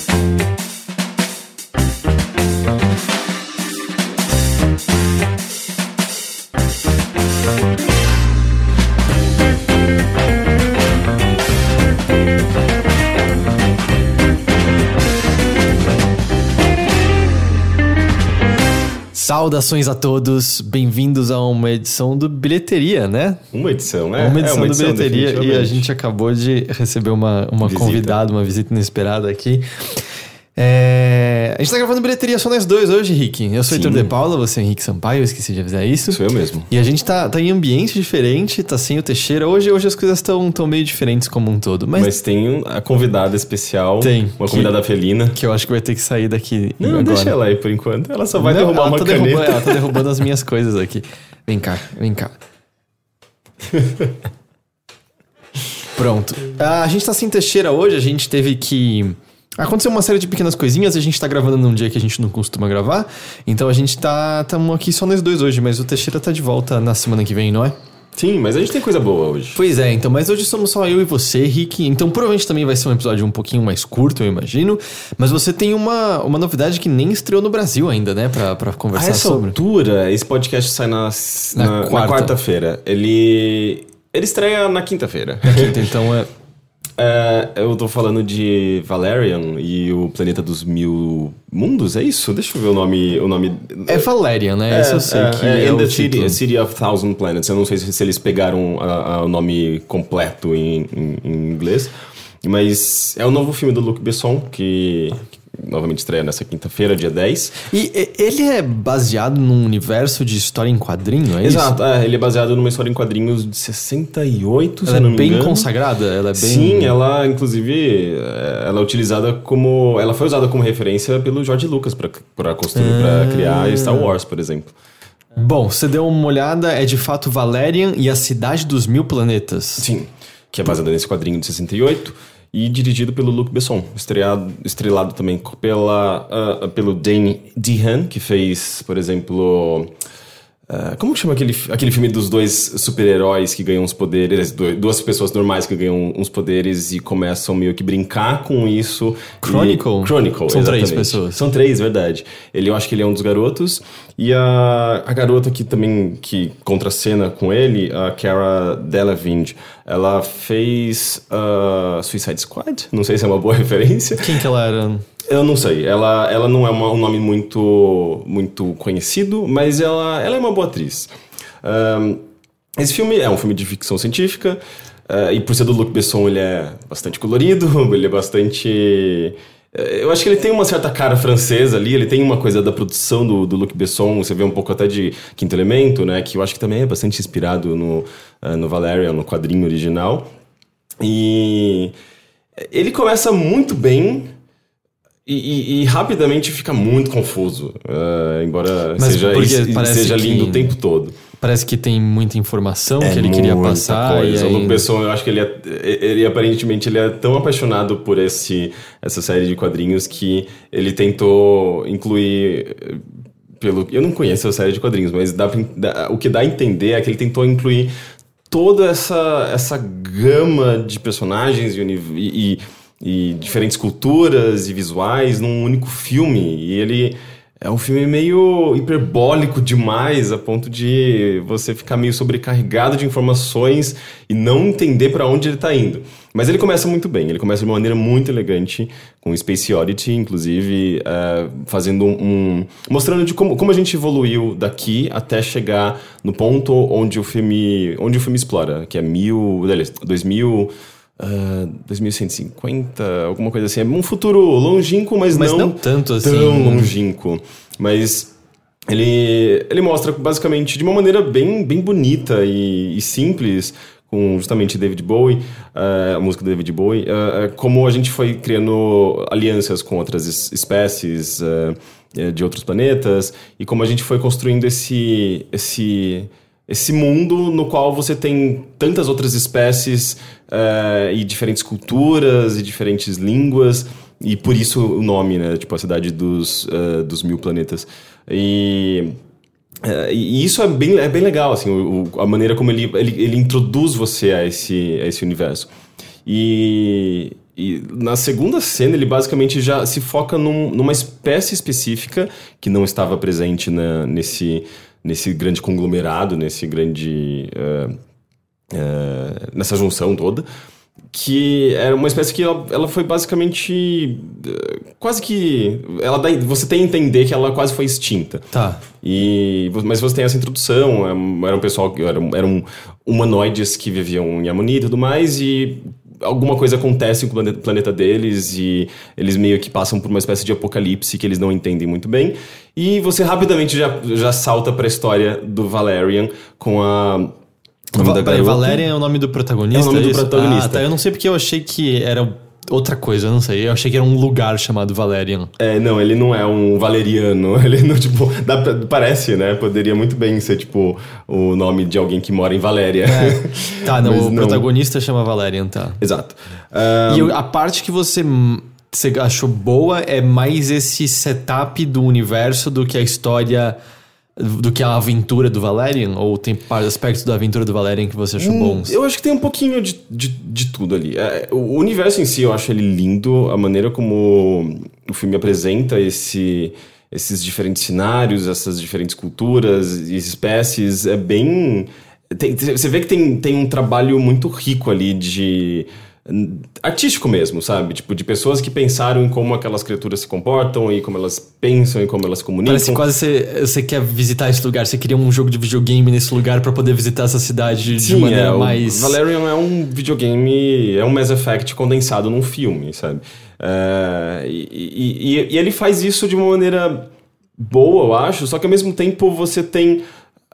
Saudações a todos, bem-vindos a uma edição do Bilheteria, né? Uma edição, né? Uma edição do Bilheteria e a gente acabou de receber uma convidada, uma visita inesperada aqui. A gente tá gravando Bilheteria só nós dois hoje, Rick. Eu sou o Heitor de Paula, você é Henrique Sampaio, eu esqueci de avisar isso. Sou eu mesmo. E a gente tá em ambiente diferente, tá sem o Teixeira. Hoje as coisas estão meio diferentes como um todo. Mas tem a convidada especial, uma convidada felina. Que eu acho que vai ter que sair daqui Não, agora. Deixa ela aí por enquanto. Ela só vai derrubar uma caneta. Ela tá derrubando as minhas coisas aqui. Vem cá. Pronto. A gente tá sem Teixeira hoje, a gente teve que... Aconteceu uma série de pequenas coisinhas, a gente tá gravando num dia que a gente não costuma gravar, então a gente tamo aqui só nós dois hoje, mas o Teixeira tá de volta na semana que vem, não é? Sim, mas a gente tem coisa boa hoje. Pois é, então, mas hoje somos só eu e você, Rick, então provavelmente também vai ser um episódio um pouquinho mais curto, eu imagino, mas você tem uma novidade que nem estreou no Brasil ainda, né, pra conversar sobre. A essa altura, esse podcast sai na quarta-feira, ele estreia na quinta-feira. Na quinta, então eu tô falando de Valerian e o Planeta dos Mil Mundos, é isso? Deixa eu ver o nome... É Valerian, né? Isso eu sei que é o título. City of Thousand Planets. Eu não sei se eles pegaram o nome completo em inglês, mas é o novo filme do Luc Besson, que novamente estreia nessa quinta-feira, dia 10. E ele é baseado num universo de história em quadrinho, é isso? Exato, ele é baseado numa história em quadrinhos de 68, ela se não me engano. Ela é bem consagrada? Ela é bem... Sim, ela inclusive, ela é utilizada como... Ela foi usada como referência pelo George Lucas para construir, para criar Star Wars, por exemplo. Bom, você deu uma olhada, é de fato Valerian e a Cidade dos Mil Planetas. Sim, que é baseada nesse quadrinho de 68... E dirigido pelo Luc Besson, estrelado também pelo Dane DeHaan, que fez, por exemplo... como que chama aquele filme dos dois super-heróis que ganham os poderes? Duas pessoas normais que ganham uns poderes e começam meio que brincar com isso. Chronicle. Chronicle, São exatamente. 3 pessoas. São 3, verdade. Eu acho que ele é um dos garotos. E a garota que contracena com ele, a Cara Delevingne, ela fez Suicide Squad? Não sei se é uma boa referência. Quem que ela era? Eu não sei, ela não é um nome muito conhecido, mas ela é uma boa atriz. Esse filme é um filme de ficção científica, e por ser do Luc Besson ele é bastante colorido, ele é bastante... Eu acho que ele tem uma certa cara francesa ali, ele tem uma coisa da produção do Luc Besson, você vê um pouco até de Quinto Elemento, né, que eu acho que também é bastante inspirado no Valerian, no quadrinho original. E ele começa muito bem... E rapidamente fica muito confuso, embora seja lindo o tempo todo. Parece que tem muita informação que ele queria passar. Coisa. O Luc Besson, eu acho que ele aparentemente ele é tão apaixonado por essa série de quadrinhos que ele tentou incluir... Eu não conheço a série de quadrinhos, mas o que dá a entender é que ele tentou incluir toda essa gama de personagens e diferentes culturas e visuais num único filme. E ele é um filme meio hiperbólico demais, a ponto de você ficar meio sobrecarregado de informações e não entender para onde ele está indo. Mas ele começa muito bem, ele começa de uma maneira muito elegante, com Space Oddity, inclusive, fazendo mostrando de como a gente evoluiu daqui até chegar no ponto onde o filme explora, que é 2150, alguma coisa assim. É um futuro longínquo, mas não tanto assim. Tão longínquo. Mas ele mostra basicamente de uma maneira bem bonita e simples, com justamente David Bowie, a música do David Bowie, como a gente foi criando alianças com outras espécies de outros planetas, e como a gente foi construindo esse mundo no qual você tem tantas outras espécies e diferentes culturas e diferentes línguas, e por isso o nome, né? Tipo, a Cidade dos Mil Planetas. E isso é bem legal, assim, a maneira como ele introduz você a esse universo. E E na segunda cena ele basicamente já se foca numa espécie específica que não estava presente nesse grande conglomerado, nesse grande... nessa junção toda, que era uma espécie que ela foi basicamente quase que... você tem a entender que ela quase foi extinta. Tá. Mas você tem essa introdução, era um pessoal, eram humanoides que viviam em Amoni e tudo mais, e alguma coisa acontece com o planeta deles e eles meio que passam por uma espécie de apocalipse que eles não entendem muito bem. E você rapidamente já salta pra história do Valerian com a... Valerian é o nome do protagonista? É o nome do protagonista. Ah, tá. Eu não sei porque eu achei que era outra coisa, eu não sei. Eu achei que era um lugar chamado Valerian. Não, ele não é um valeriano. Ele não, tipo... parece, né? Poderia muito bem ser, tipo, o nome de alguém que mora em Valéria. Tá, não, o protagonista chama Valerian, tá. Exato. E a parte que você achou boa é mais esse setup do universo do que a história... do que a aventura do Valerian? Ou tem aspectos da aventura do Valerian que você achou bons? Eu acho que tem um pouquinho de tudo ali. O universo em si, eu acho ele lindo. A maneira como o filme apresenta esses diferentes cenários, essas diferentes culturas e espécies, é bem... você vê que tem um trabalho muito rico ali artístico mesmo, sabe? Tipo, de pessoas que pensaram em como aquelas criaturas se comportam e como elas pensam e como elas comunicam. Parece quase você quer visitar esse lugar, você queria um jogo de videogame nesse lugar pra poder visitar essa cidade de maneira mais... O Valerian é um videogame, é um Mass Effect condensado num filme, sabe? E ele faz isso de uma maneira boa, eu acho, só que ao mesmo tempo você tem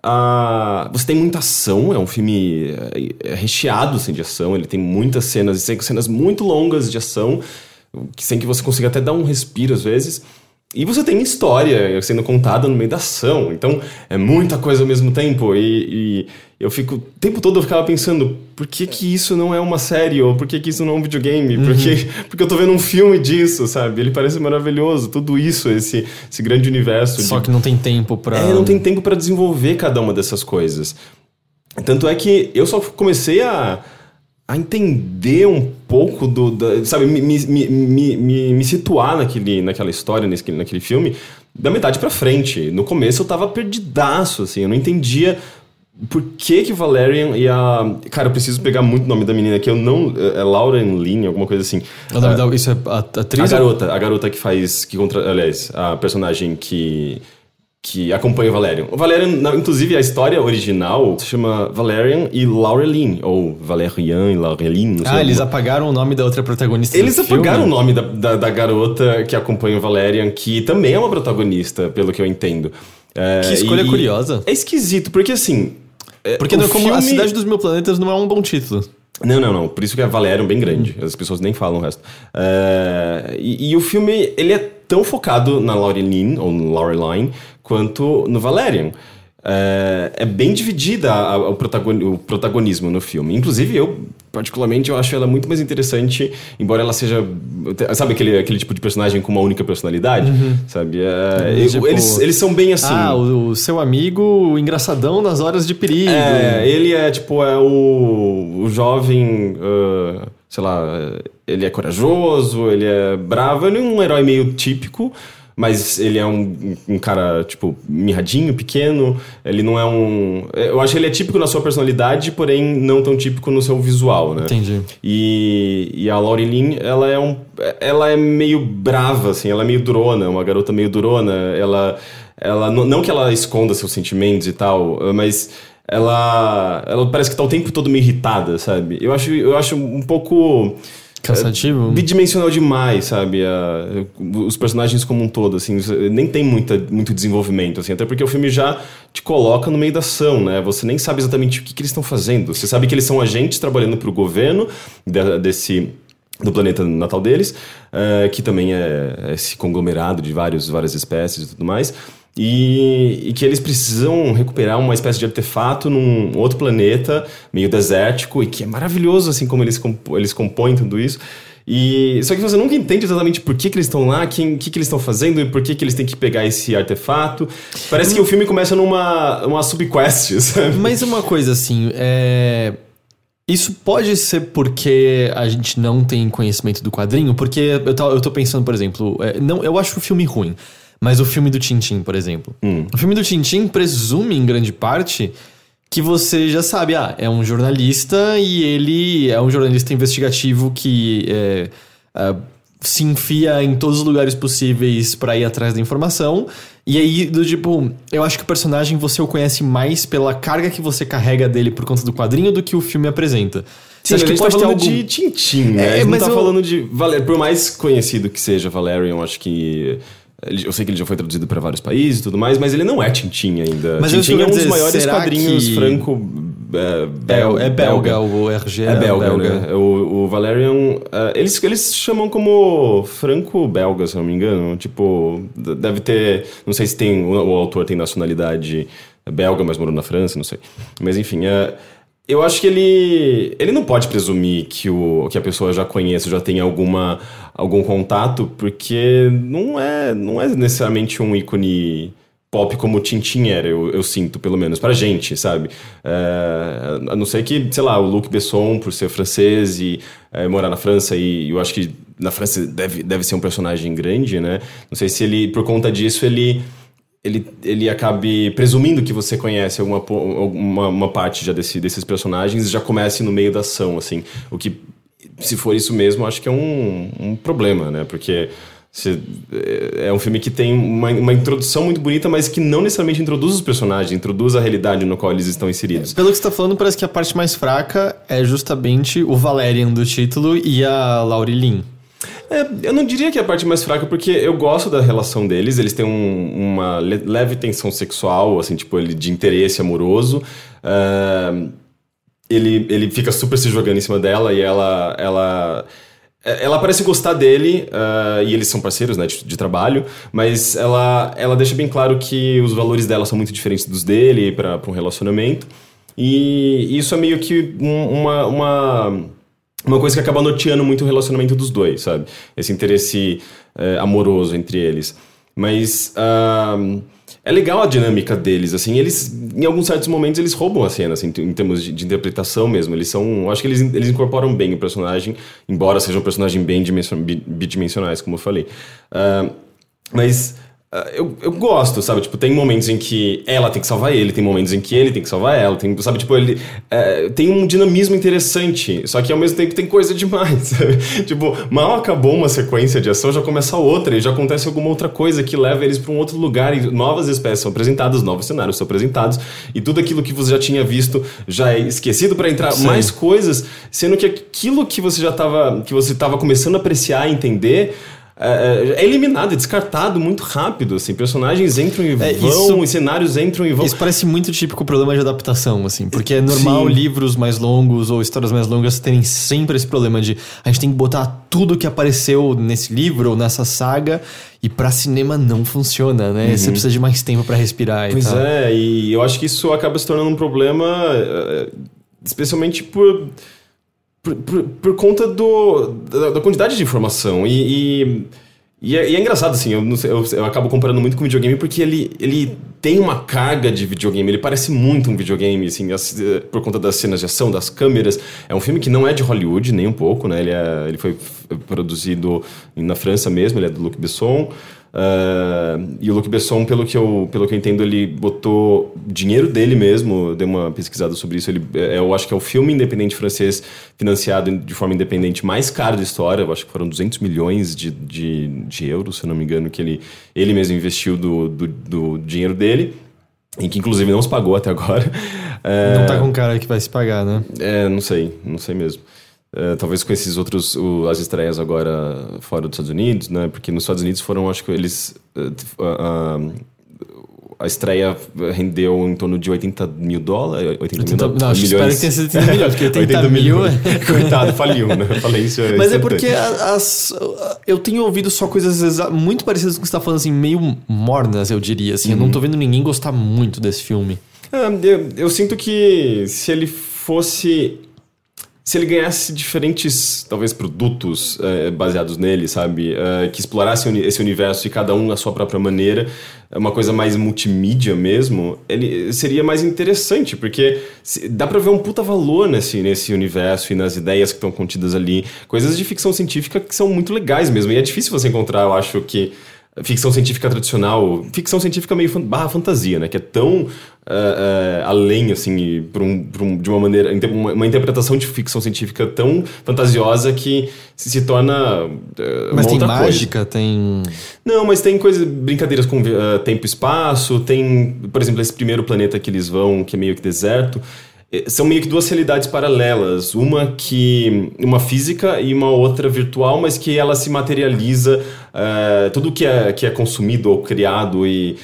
muita ação, é um filme recheado assim, de ação, ele tem muitas cenas muito longas de ação, sem que você consiga até dar um respiro às vezes, e você tem história sendo contada no meio da ação, então é muita coisa ao mesmo tempo, e eu fico, o tempo todo eu ficava pensando, por que isso não é uma série, ou por que isso não é um videogame, porque eu tô vendo um filme disso, sabe, ele parece maravilhoso, tudo isso, esse grande universo. Só que não tem tempo pra... não tem tempo pra desenvolver cada uma dessas coisas. Tanto é que eu só comecei a entender um pouco sabe, me situar naquela história, naquele filme, da metade pra frente. No começo eu tava perdidaço, assim, eu não entendia por que Valerian e a... Cara, eu preciso pegar muito o nome da menina aqui, eu não... É Lauren Lin, alguma coisa assim. Isso é a atriz? A garota aliás, a personagem que acompanha o Valerian. O Valerian, inclusive, a história original se chama Valerian e Laurelin, ou Valerian e Laurelin, não sei. Eles apagaram o nome da outra protagonista do filme? Eles apagaram o nome da garota que acompanha o Valerian, que também é uma protagonista, pelo que eu entendo. Que escolha curiosa. É esquisito, porque assim... Porque como A Cidade dos Mil Planetas não é um bom título. Não. Por isso que é Valerian bem grande. As pessoas nem falam o resto. E o filme, ele é tão focado na Laureline, ou no Laureline, quanto no Valerian. É bem dividida o protagonismo no filme. Inclusive, eu acho ela muito mais interessante, embora ela seja... Sabe aquele tipo de personagem com uma única personalidade? Sabe? Eles são bem assim. O seu amigo engraçadão nas horas de perigo. Ele é o jovem... sei lá, ele é corajoso, ele é bravo, ele é um herói meio típico, mas ele é um cara, tipo, mirradinho, pequeno, ele não é eu acho que ele é típico na sua personalidade, porém não tão típico no seu visual, né? Entendi. E a Laureline, ela é meio brava, assim, ela é meio durona, uma garota meio durona, ela não que ela esconda seus sentimentos e tal, mas... Ela parece que tá o tempo todo meio irritada, sabe? Eu acho um pouco... Cansativo? Bidimensional demais, sabe? Os personagens como um todo, assim, nem tem muito desenvolvimento, assim, até porque o filme já te coloca no meio da ação, né? Você nem sabe exatamente o que eles estão fazendo. Você sabe que eles são agentes trabalhando pro governo do planeta natal deles, que também é esse conglomerado de várias espécies e tudo mais. E que eles precisam recuperar uma espécie de artefato num outro planeta, meio desértico, e que é maravilhoso, assim, como eles compõem tudo isso. Só que você nunca entende exatamente por que eles estão lá, o que eles estão fazendo e por que eles têm que pegar esse artefato. Parece que o filme começa numa subquest, sabe? Mas uma coisa assim, Isso pode ser porque a gente não tem conhecimento do quadrinho, porque eu tô pensando, por exemplo, não, eu acho o filme ruim, mas o filme do Tintin, por exemplo. O filme do Tintin presume, em grande parte, que você já sabe, é um jornalista e ele é um jornalista investigativo que se enfia em todos os lugares possíveis pra ir atrás da informação. E aí, eu acho que o personagem você o conhece mais pela carga que você carrega dele por conta do quadrinho do que o filme apresenta. Sim, acha que pode ter algo de Tintin, né? A gente não tá falando de... Por mais conhecido que seja Valerian, acho que... Eu sei que ele já foi traduzido para vários países e tudo mais, mas ele não é Tintin ainda. Mas Tintin é um dos maiores quadrinhos franco... É belga, o RG é belga, né? O Valerian... Eles chamam como franco-belga, se não me engano. Tipo, deve ter... Não sei se tem... O autor tem nacionalidade belga, mas morou na França, não sei. Mas enfim... Eu acho que ele não pode presumir que a pessoa já conhece, já tem algum contato, porque não é necessariamente um ícone pop como o Tintin era, eu sinto, pelo menos, pra gente, sabe? A não ser que, sei lá, o Luc Besson, por ser francês e morar na França, e eu acho que na França deve ser um personagem grande, né? Não sei se ele, por conta disso, ele acabe presumindo que você conhece uma parte já desses personagens e já comece no meio da ação, assim. O que, se for isso mesmo, acho que é um problema, né? Porque é um filme que tem uma introdução muito bonita, mas que não necessariamente introduz os personagens, introduz a realidade no qual eles estão inseridos. Pelo que você tá falando, parece que a parte mais fraca é justamente o Valerian do título e a Laurie Lin. Eu não diria que é a parte mais fraca, porque eu gosto da relação deles. Eles têm uma leve tensão sexual, assim, tipo, de interesse amoroso. Ele fica super se jogando em cima dela e ela parece gostar dele, e eles são parceiros, né, de trabalho, mas ela deixa bem claro que os valores dela são muito diferentes dos dele para um relacionamento. E isso é meio que uma coisa que acaba norteando muito o relacionamento dos dois, sabe? Esse interesse amoroso entre eles. Mas é legal a dinâmica deles, assim. Eles, em alguns certos momentos, eles roubam a cena, assim, em termos de interpretação mesmo. Eu acho que eles incorporam bem o personagem, embora seja um personagem bem bidimensionais, como eu falei. Mas... Eu gosto, sabe? Tipo, tem momentos em que ela tem que salvar ele, tem momentos em que ele tem que salvar ela, sabe? Tipo, ele tem um dinamismo interessante, só que ao mesmo tempo tem coisa demais, sabe? Tipo, mal acabou uma sequência de ação, já começa outra e já acontece alguma outra coisa que leva eles para um outro lugar e novas espécies são apresentadas, novos cenários são apresentados e tudo aquilo que você já tinha visto já é esquecido para entrar mais coisas, sendo que aquilo que você tava começando a apreciar e entender... é eliminado, é descartado muito rápido, assim, personagens entram e vão, e cenários entram e vão. Isso parece muito típico problema de adaptação, assim, porque é normal livros mais longos ou histórias mais longas terem sempre esse problema de a gente tem que botar tudo que apareceu nesse livro ou nessa saga e pra cinema não funciona, né? Você precisa de mais tempo pra respirar e tal. Pois é, e eu acho que isso acaba se tornando um problema, especialmente por conta da quantidade de informação. E é engraçado, assim, eu acabo comparando muito com videogame porque ele tem uma carga de videogame, ele parece muito um videogame, assim, por conta das cenas de ação, das câmeras. É um filme que não é de Hollywood, nem um pouco, né? Ele foi produzido na França mesmo, ele é do Luc Besson. E o Luc Besson, pelo que eu entendo, ele botou dinheiro dele mesmo. Eu dei uma pesquisada sobre isso. Eu acho que é o filme independente francês financiado de forma independente mais caro da história. Eu acho que foram 200 milhões de euros, se eu não me engano, que ele mesmo investiu do dinheiro dele, e que inclusive não se pagou até agora. Não tá com cara que vai se pagar, né? Não sei mesmo. Talvez com esses outros, as estreias agora fora dos Estados Unidos, né? Porque nos Estados Unidos foram, acho que eles... a estreia rendeu em torno de 80 mil dólares, 80 mil não, milhões. Espero que tenha sido 80 milhões, porque 80 mil... Coitado, faliu, né? Falei isso. Mas é porque eu tenho ouvido só coisas muito parecidas com o que você tá falando, assim, meio mornas, eu diria, assim. Eu não tô vendo ninguém gostar muito desse filme. Eu sinto que se ele fosse... se ele ganhasse diferentes, talvez, produtos baseados nele, sabe? Que explorassem esse universo e cada um à sua própria maneira, uma coisa mais multimídia mesmo, ele seria mais interessante, porque dá pra ver um puta valor nesse universo e nas ideias que estão contidas ali. Coisas de ficção científica que são muito legais mesmo. E é difícil você encontrar, eu acho que, ficção científica tradicional, ficção científica meio barra fantasia, né? Que é tão além, assim, de uma maneira, uma interpretação de ficção científica tão fantasiosa que se torna mas uma tem outra mágica, coisa. tem... Não, mas tem brincadeiras com tempo e espaço, tem, por exemplo, esse primeiro planeta que eles vão, que é meio que deserto. São meio que duas realidades paralelas, uma física e uma outra virtual, mas que ela se materializa, tudo que é consumido ou criado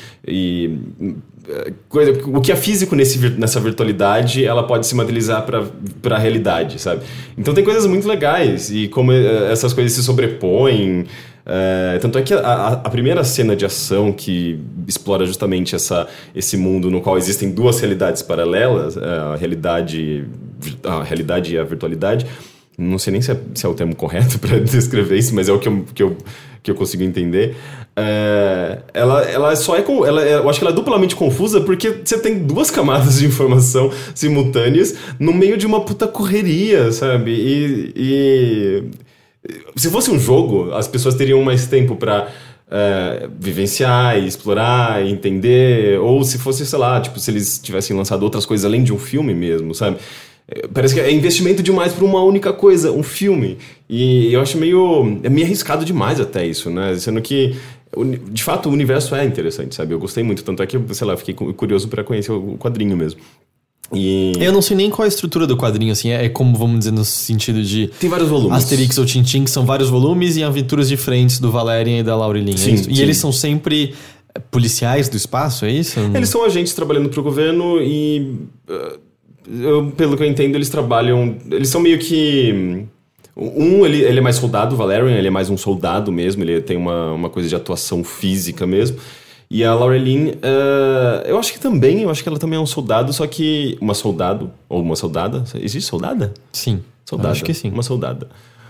o que é físico nessa virtualidade, ela pode se materializar para a realidade, sabe? Então tem coisas muito legais e como essas coisas se sobrepõem. Tanto é que a primeira cena de ação que explora justamente esse mundo no qual existem duas realidades paralelas, a realidade e a virtualidade, não sei nem se é o termo correto para descrever isso, mas é o que eu consigo entender. Ela só eu acho que ela é duplamente confusa porque você tem duas camadas de informação simultâneas no meio de uma puta correria, sabe? E se fosse um jogo, as pessoas teriam mais tempo pra vivenciar, explorar, entender. Ou se fosse, sei lá, tipo, se eles tivessem lançado outras coisas além de um filme mesmo, sabe? Parece que é investimento demais por uma única coisa, um filme. E eu acho meio arriscado demais até isso, né? Sendo que, de fato, o universo é interessante, sabe? Eu gostei muito, tanto é que, sei lá, fiquei curioso pra conhecer o quadrinho mesmo. Eu não sei nem qual é a estrutura do quadrinho, assim, é como, vamos dizer, no sentido de... Tem vários volumes. Asterix ou Tintin, que são vários volumes e aventuras diferentes do Valerian e da Laurelin, sim, é isso? Sim. E eles são sempre policiais do espaço, é isso? Eles são agentes trabalhando pro governo e... pelo que eu entendo, eles trabalham... Eles são meio que... Ele é mais soldado, o Valerian, ele é mais um soldado mesmo, ele tem uma coisa de atuação física mesmo. E a Laurelin, eu acho que ela também é um soldado, só que... Uma soldado, ou uma soldada? Existe soldada? Sim, soldada, acho que sim. Uma soldada.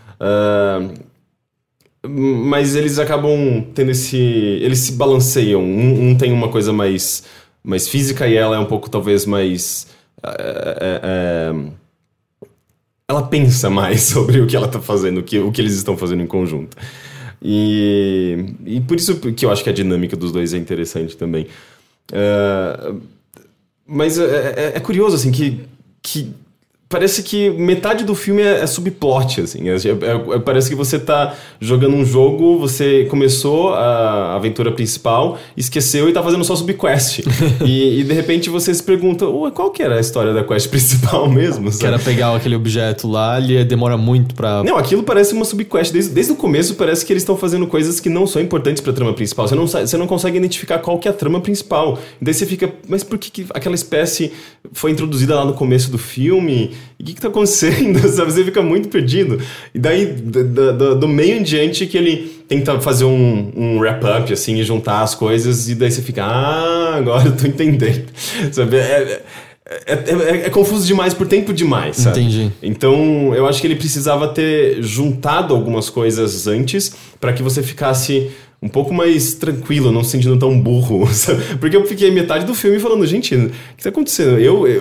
Mas eles acabam tendo eles se balanceiam. Um tem uma coisa mais física e ela é um pouco, talvez, mais... ela pensa mais sobre o que ela tá fazendo, o que eles estão fazendo em conjunto. E por isso que eu acho que a dinâmica dos dois é interessante também. Mas é curioso, assim, que parece que metade do filme é subplot, assim. Parece que você tá jogando um jogo, você começou a aventura principal, esqueceu e tá fazendo só subquest. e de repente você se pergunta, qual que era a história da quest principal mesmo? Sabe? Que era pegar aquele objeto lá, ele demora muito pra... Não, aquilo parece uma subquest. Desde o começo parece que eles estão fazendo coisas que não são importantes pra trama principal. Você não consegue identificar qual que é a trama principal. Daí você fica, mas por que aquela espécie foi introduzida lá no começo do filme? E o que tá acontecendo? Sabe? Você fica muito perdido. E daí, do meio em diante, que ele tenta fazer um wrap-up, assim, e juntar as coisas, e daí você fica, agora eu tô entendendo. Sabe? É confuso demais por tempo demais, sabe? Entendi. Então, eu acho que ele precisava ter juntado algumas coisas antes para que você ficasse um pouco mais tranquilo, não se sentindo tão burro, sabe? Porque eu fiquei metade do filme falando, gente, o que tá acontecendo?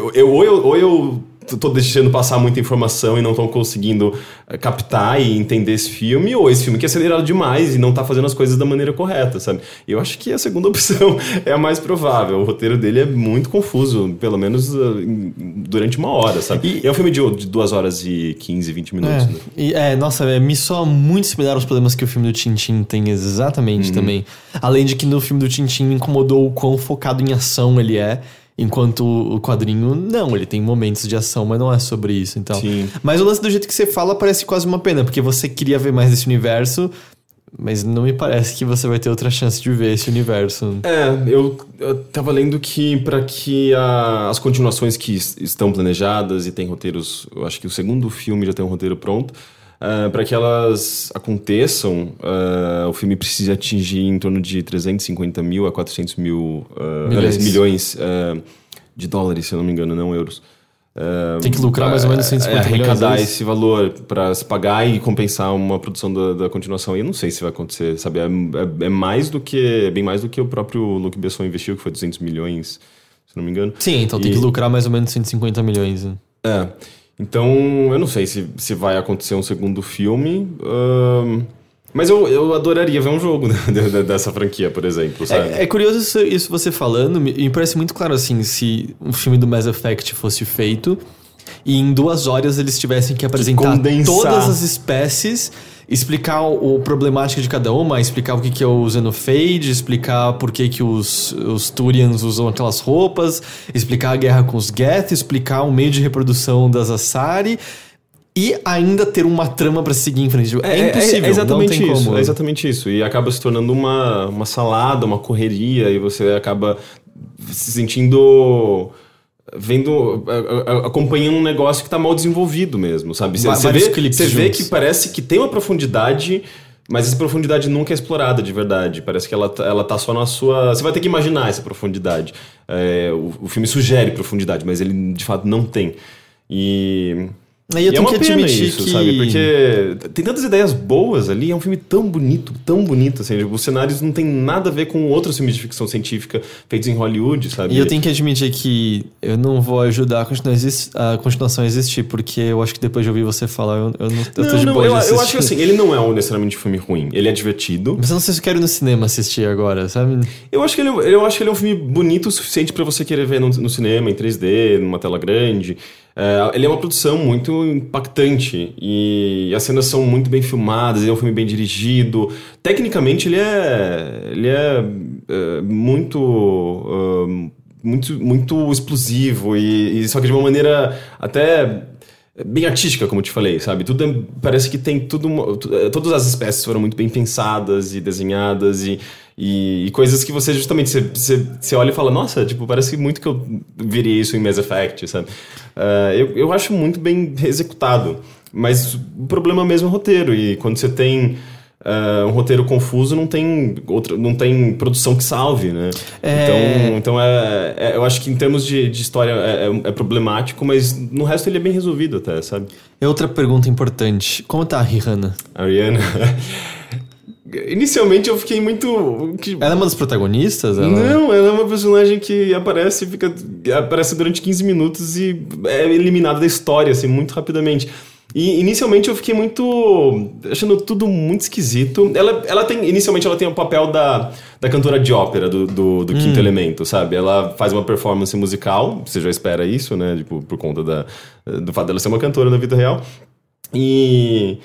Eu tô deixando passar muita informação e não tô conseguindo captar e entender esse filme, ou esse filme que é acelerado demais e não tá fazendo as coisas da maneira correta, sabe? E eu acho que a segunda opção é a mais provável. O roteiro dele é muito confuso, pelo menos durante uma hora, sabe? E é um filme de 2 horas e 15, 20 minutos, né? Nossa, me soa muito similar aos problemas que o filme do Tintin tem exatamente também. Além de que no filme do Tintin me incomodou o quão focado em ação ele é. Enquanto o quadrinho, não, ele tem momentos de ação, mas não é sobre isso, então. Sim. Mas o lance do jeito que você fala parece quase uma pena, porque você queria ver mais desse universo, mas não me parece que você vai ter outra chance de ver esse universo. Eu tava lendo que para que as continuações que estão planejadas e tem roteiros, eu acho que o segundo filme já tem um roteiro pronto, para que elas aconteçam, o filme precisa atingir em torno de 350 mil a 400 mil milhões de dólares, se eu não me engano, não euros. Tem que lucrar mais ou menos 150 milhões. Arrecadar esse valor para se pagar e compensar uma produção da continuação. E eu não sei se vai acontecer, sabe? É mais do que... bem mais do que o próprio Luc Besson investiu, que foi 200 milhões, se não me engano. Sim, então tem que lucrar mais ou menos 150 milhões. Né? Então, eu não sei se vai acontecer um segundo filme... Mas eu adoraria ver um jogo dessa franquia, por exemplo, sabe? É curioso isso você falando, me parece muito claro assim, se um filme do Mass Effect fosse feito e em 2 horas eles tivessem que apresentar todas as espécies, explicar o problemática de cada uma, explicar o que é o Xenophage, explicar por que os Turians usam aquelas roupas, explicar a guerra com os Geth, explicar o meio de reprodução das Asari... E ainda ter uma trama pra seguir em frente. É impossível, exatamente não tem isso. como. É exatamente isso. E acaba se tornando uma salada, uma correria, e você acaba se sentindo... acompanhando um negócio que tá mal desenvolvido mesmo, sabe? Você vê que parece que tem uma profundidade... Mas essa profundidade nunca é explorada de verdade. Parece que ela tá só na sua... Você vai ter que imaginar essa profundidade. O filme sugere profundidade, mas ele de fato não tem. E eu tenho que admitir isso, sabe? Porque tem tantas ideias boas ali, é um filme tão bonito, assim. Os cenários não tem nada a ver com outros filmes de ficção científica feitos em Hollywood, sabe? E eu tenho que admitir que eu não vou ajudar a continuação a existir, porque eu acho que depois de ouvir você falar, eu tô de boa de assistir. Eu acho que assim, ele não é necessariamente um filme ruim, ele é divertido. Mas eu não sei se eu quero ir no cinema assistir agora, sabe? Eu acho que ele é um filme bonito o suficiente pra você querer ver no cinema, em 3D, numa tela grande. Ele é uma produção muito impactante e as cenas são muito bem filmadas, ele é um filme bem dirigido. Tecnicamente ele é muito explosivo e só que de uma maneira até bem artística, como eu te falei, sabe? Parece que tem todas as espécies foram muito bem pensadas e desenhadas e coisas que você justamente você olha e fala, nossa, tipo, parece muito que eu veria isso em Mass Effect, sabe? Eu acho muito bem executado, mas o problema mesmo é o roteiro, e quando você tem um roteiro confuso, não tem produção que salve, né? Então eu acho que em termos de história é problemático, mas no resto ele é bem resolvido até, sabe? Outra pergunta importante, como tá a Rihanna? A Rihanna... Inicialmente eu fiquei muito... Ela é uma das protagonistas? Não, ela é uma personagem que aparece durante 15 minutos e é eliminada da história, assim, muito rapidamente. E inicialmente eu fiquei achando tudo muito esquisito. Inicialmente ela tem o papel da cantora de ópera do Quinto Elemento, sabe? Ela faz uma performance musical, você já espera isso, né? Tipo, por conta do fato dela ser uma cantora na vida real. E...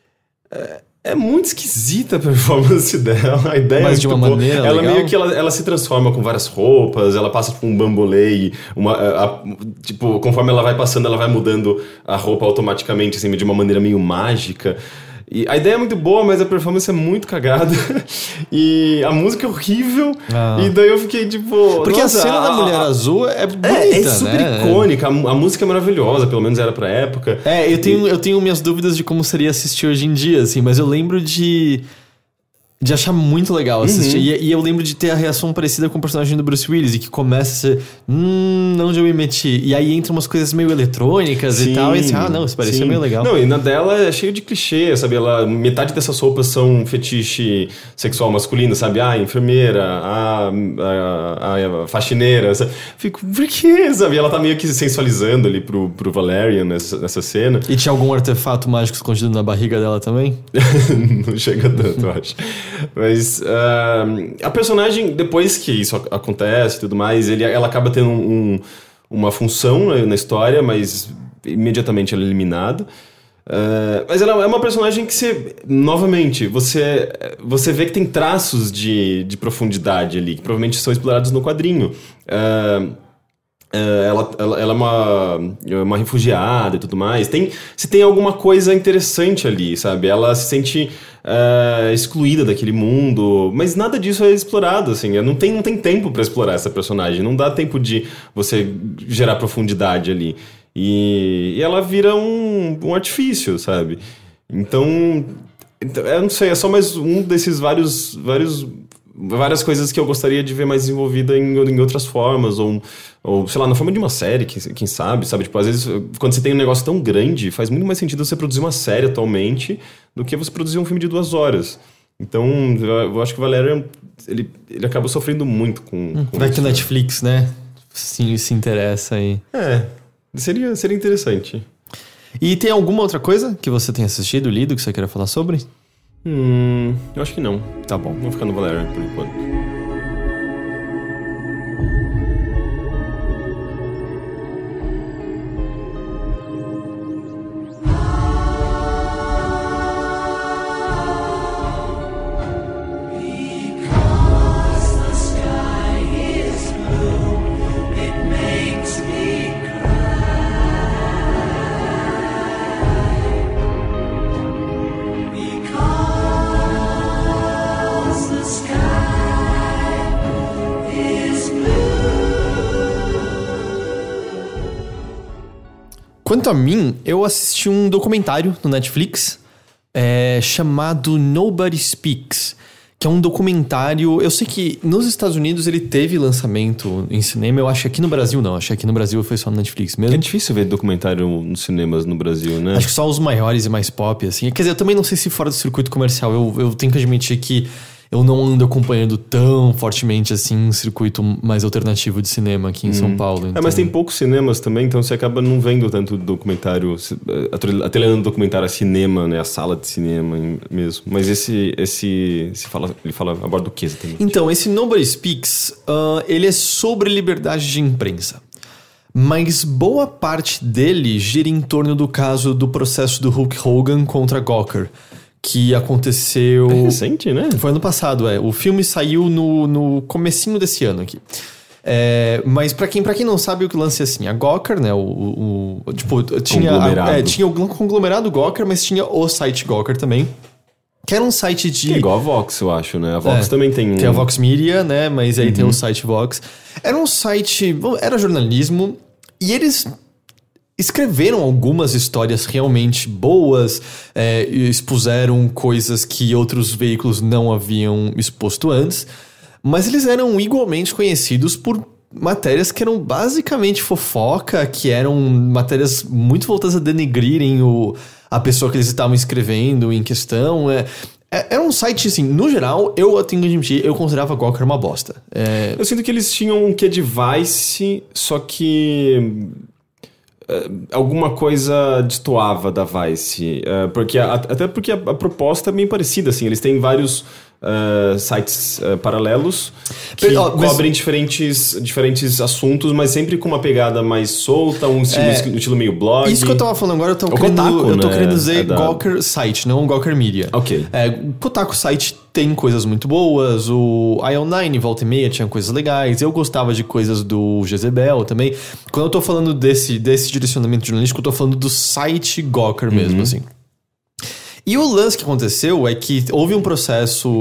É muito esquisita a performance dela, a ideia. Mas de uma maneira ela legal? meio que ela se transforma com várias roupas, ela passa por um bambolê, tipo, conforme ela vai passando, ela vai mudando a roupa automaticamente, assim, de uma maneira meio mágica. E a ideia é muito boa, mas a performance é muito cagada. E a música é horrível. E daí eu fiquei tipo... Porque a cena da Mulher Azul é bonita, é super icônica. A música é maravilhosa, pelo menos era pra época. Eu tenho minhas dúvidas de como seria assistir hoje em dia, assim. Mas eu lembro de achar muito legal assistir. E eu lembro de ter a reação parecida com o personagem do Bruce Willis, e que começa a ser, onde eu me meti? E aí entram umas coisas meio eletrônicas e tal, e assim, não, isso parecia meio legal. Não, e na dela é cheio de clichê, sabe? Metade dessas roupas são fetiche sexual masculino, sabe? A enfermeira, a faxineira, sabe? Fico, por quê, sabe? Ela tá meio que sensualizando ali pro Valerian nessa cena. E tinha algum artefato mágico escondido na barriga dela também? Não chega tanto, eu acho. Mas a personagem, depois que isso acontece e tudo mais, ela acaba tendo uma função na história, mas imediatamente ela é eliminada. Mas ela é uma personagem que novamente, você vê que tem traços de profundidade ali, que provavelmente são explorados no quadrinho. Ela é uma refugiada e tudo mais. Se tem alguma coisa interessante ali, sabe? Ela se sente excluída daquele mundo, mas nada disso é explorado, assim. Não tem tempo pra explorar essa personagem. Não dá tempo de você gerar profundidade ali. E ela vira um artifício, sabe? Então, eu não sei, é só mais um desses vários várias coisas que eu gostaria de ver mais desenvolvida em outras formas, ou, sei lá, na forma de uma série, quem sabe? Tipo, às vezes, quando você tem um negócio tão grande, faz muito mais sentido você produzir uma série atualmente do que você produzir um filme de 2 horas. Então, eu acho que o Valerian, ele acaba sofrendo muito com vai isso. que o Netflix, né? Sim, se interessa aí. Seria interessante. E tem alguma outra coisa que você tenha assistido, lido, que você queira falar sobre? Eu acho que não. Tá bom. Vou ficar no Valerian por enquanto. Quanto a mim, eu assisti um documentário no Netflix chamado Nobody Speaks, que é um documentário... Eu sei que nos Estados Unidos ele teve lançamento em cinema, eu acho que aqui no Brasil não, acho que aqui no Brasil foi só no Netflix mesmo. É difícil ver documentário nos cinemas no Brasil, né? Acho que só os maiores e mais pop, assim. Quer dizer, eu também não sei se fora do circuito comercial, eu tenho que admitir que eu não ando acompanhando tão fortemente assim um circuito mais alternativo de cinema aqui em São Paulo. Então... mas tem poucos cinemas também, então você acaba não vendo tanto documentário, atrelando documentário a cinema, né? A sala de cinema mesmo. Mas ele fala a bordo do que exatamente? Então, esse Nobody Speaks, ele é sobre liberdade de imprensa. Mas boa parte dele gira em torno do caso do processo do Hulk Hogan contra Gawker, que aconteceu... É recente, né? Foi ano passado, O filme saiu no comecinho desse ano aqui. Mas pra quem não sabe, o que lance é assim, a Gawker, né, tinha o conglomerado Gawker, mas tinha o site Gawker também, que era um site de... Que é igual a Vox, eu acho, né? A Vox também tem... Tem a Vox Media, né, mas aí tem o site Vox. Era um site... Era jornalismo, e eles... escreveram algumas histórias realmente boas, expuseram coisas que outros veículos não haviam exposto antes, mas eles eram igualmente conhecidos por matérias que eram basicamente fofoca, que eram matérias muito voltadas a denegrirem a pessoa que eles estavam escrevendo em questão. Era um site, assim, no geral, eu tenho que admitir, eu considerava a Gawker uma bosta. Eu sinto que eles tinham um quê de Vice, só que... alguma coisa destoava da Vice, até porque a proposta é bem parecida, assim, eles têm vários sites paralelos que cobrem diferentes assuntos, mas sempre com uma pegada mais solta, um estilo meio blog. Isso que eu tava falando agora, eu tô querendo dizer Gawker Site, não Gawker Media. Ok. Kotaku Site tem coisas muito boas, o IO9 volta e meia tinha coisas legais, eu gostava de coisas do Jezebel também. Quando eu tô falando desse direcionamento jornalístico, eu tô falando do site Gawker mesmo, assim. E o lance que aconteceu é que houve um processo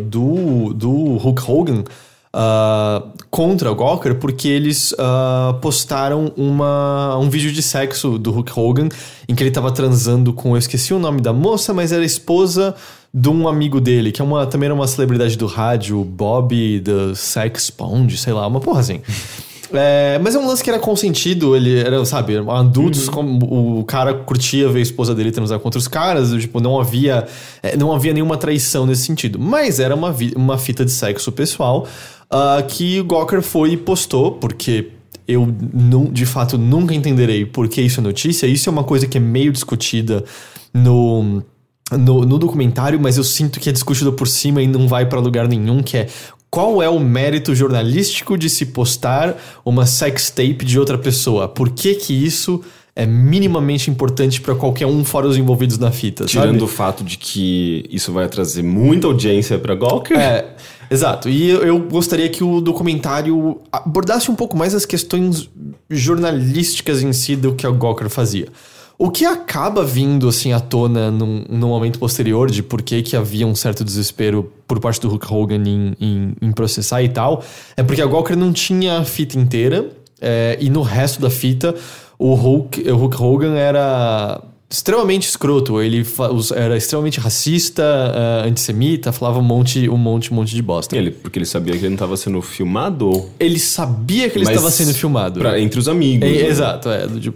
do Hulk Hogan contra o Gawker porque eles postaram um vídeo de sexo do Hulk Hogan em que ele tava transando com... Eu esqueci o nome da moça, mas era a esposa de um amigo dele, que também era uma celebridade do rádio, Bob the Sex Pound, sei lá, uma porra assim. Mas é um lance que era consentido, ele era, sabe, adultos, como o cara curtia ver a esposa dele transar com outros caras, tipo, não havia nenhuma traição nesse sentido. Mas era uma fita de sexo pessoal que o Gawker foi e postou, porque eu, de fato, nunca entenderei por que isso é notícia. Isso é uma coisa que é meio discutida no documentário, mas eu sinto que é discutido por cima e não vai pra lugar nenhum, que é... Qual é o mérito jornalístico de se postar uma sextape de outra pessoa? Por que isso é minimamente importante pra qualquer um fora os envolvidos na fita, Tirando sabe? o fato de que isso vai trazer muita audiência pra Gawker. Exato. E eu gostaria que o documentário abordasse um pouco mais as questões jornalísticas em si do que a Gawker fazia. O que acaba vindo, assim, à tona num momento posterior de por que havia um certo desespero por parte do Hulk Hogan em processar e tal, é porque a Gawker não tinha a fita inteira, e no resto da fita o Hulk Hogan era extremamente escroto. Ele era extremamente racista, antissemita, falava um monte de bosta. Porque ele sabia que ele não estava sendo filmado? Ele sabia que ele estava sendo filmado. Entre os amigos. Né? Exato, do tipo...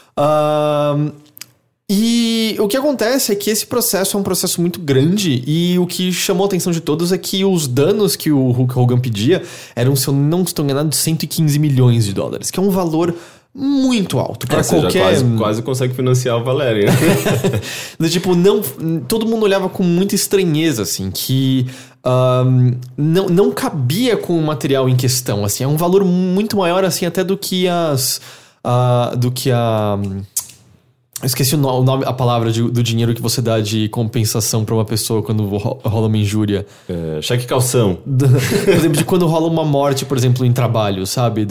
E o que acontece é que esse processo é um processo muito grande e o que chamou a atenção de todos é que os danos que o Hulk Hogan pedia eram, se eu não estou enganado, de 115 milhões de dólares, que é um valor muito alto para qualquer... Quase consegue financiar o Valerian. Tipo, todo mundo olhava com muita estranheza, assim, que não cabia com o material em questão, assim, é um valor muito maior, assim, até do que eu esqueci o nome, a palavra do dinheiro que você dá de compensação pra uma pessoa quando rola uma injúria. Cheque calção. Por exemplo, de quando rola uma morte, por exemplo, em trabalho, sabe?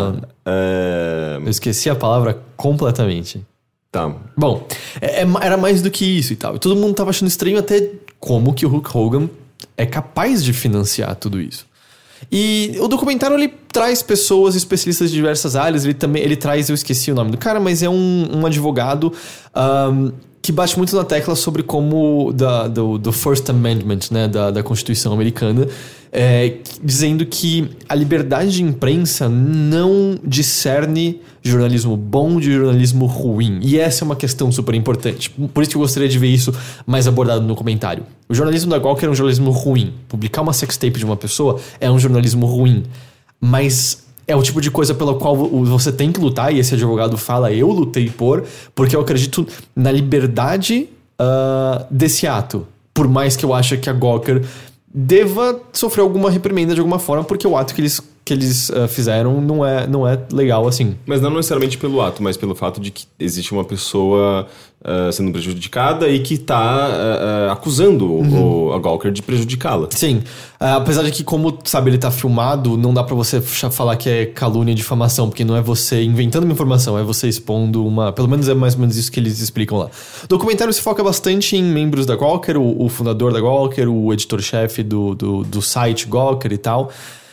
Eu esqueci a palavra completamente. Tá. Bom, era mais do que isso e tal. E todo mundo tava achando estranho até como que o Hulk Hogan é capaz de financiar tudo isso. E o documentário, ele traz pessoas especialistas de diversas áreas. Ele traz, eu esqueci o nome do cara, mas é um advogado que bate muito na tecla sobre como do First Amendment, né, da Constituição americana, dizendo que a liberdade de imprensa não discerne jornalismo bom de jornalismo ruim. E essa é uma questão super importante. Por isso que eu gostaria de ver isso mais abordado no comentário. O jornalismo da Gawker é um jornalismo ruim. Publicar uma sextape de uma pessoa é um jornalismo ruim. Mas é o tipo de coisa pela qual você tem que lutar, e esse advogado fala, eu lutei porque eu acredito na liberdade desse ato. Por mais que eu ache que a Gawker deva sofrer alguma reprimenda de alguma forma, porque o ato que eles fizeram não é legal assim. Mas não necessariamente pelo ato, mas pelo fato de que existe uma pessoa sendo prejudicada e que está acusando a Gawker de prejudicá-la. Sim. Apesar de que, como, sabe, ele tá filmado, não dá pra você falar que é calúnia e difamação, porque não é você inventando uma informação, é você expondo uma... Pelo menos é mais ou menos isso que eles explicam lá. O documentário se foca bastante em membros da Gawker, o fundador da Gawker, o editor-chefe do site Gawker e tal.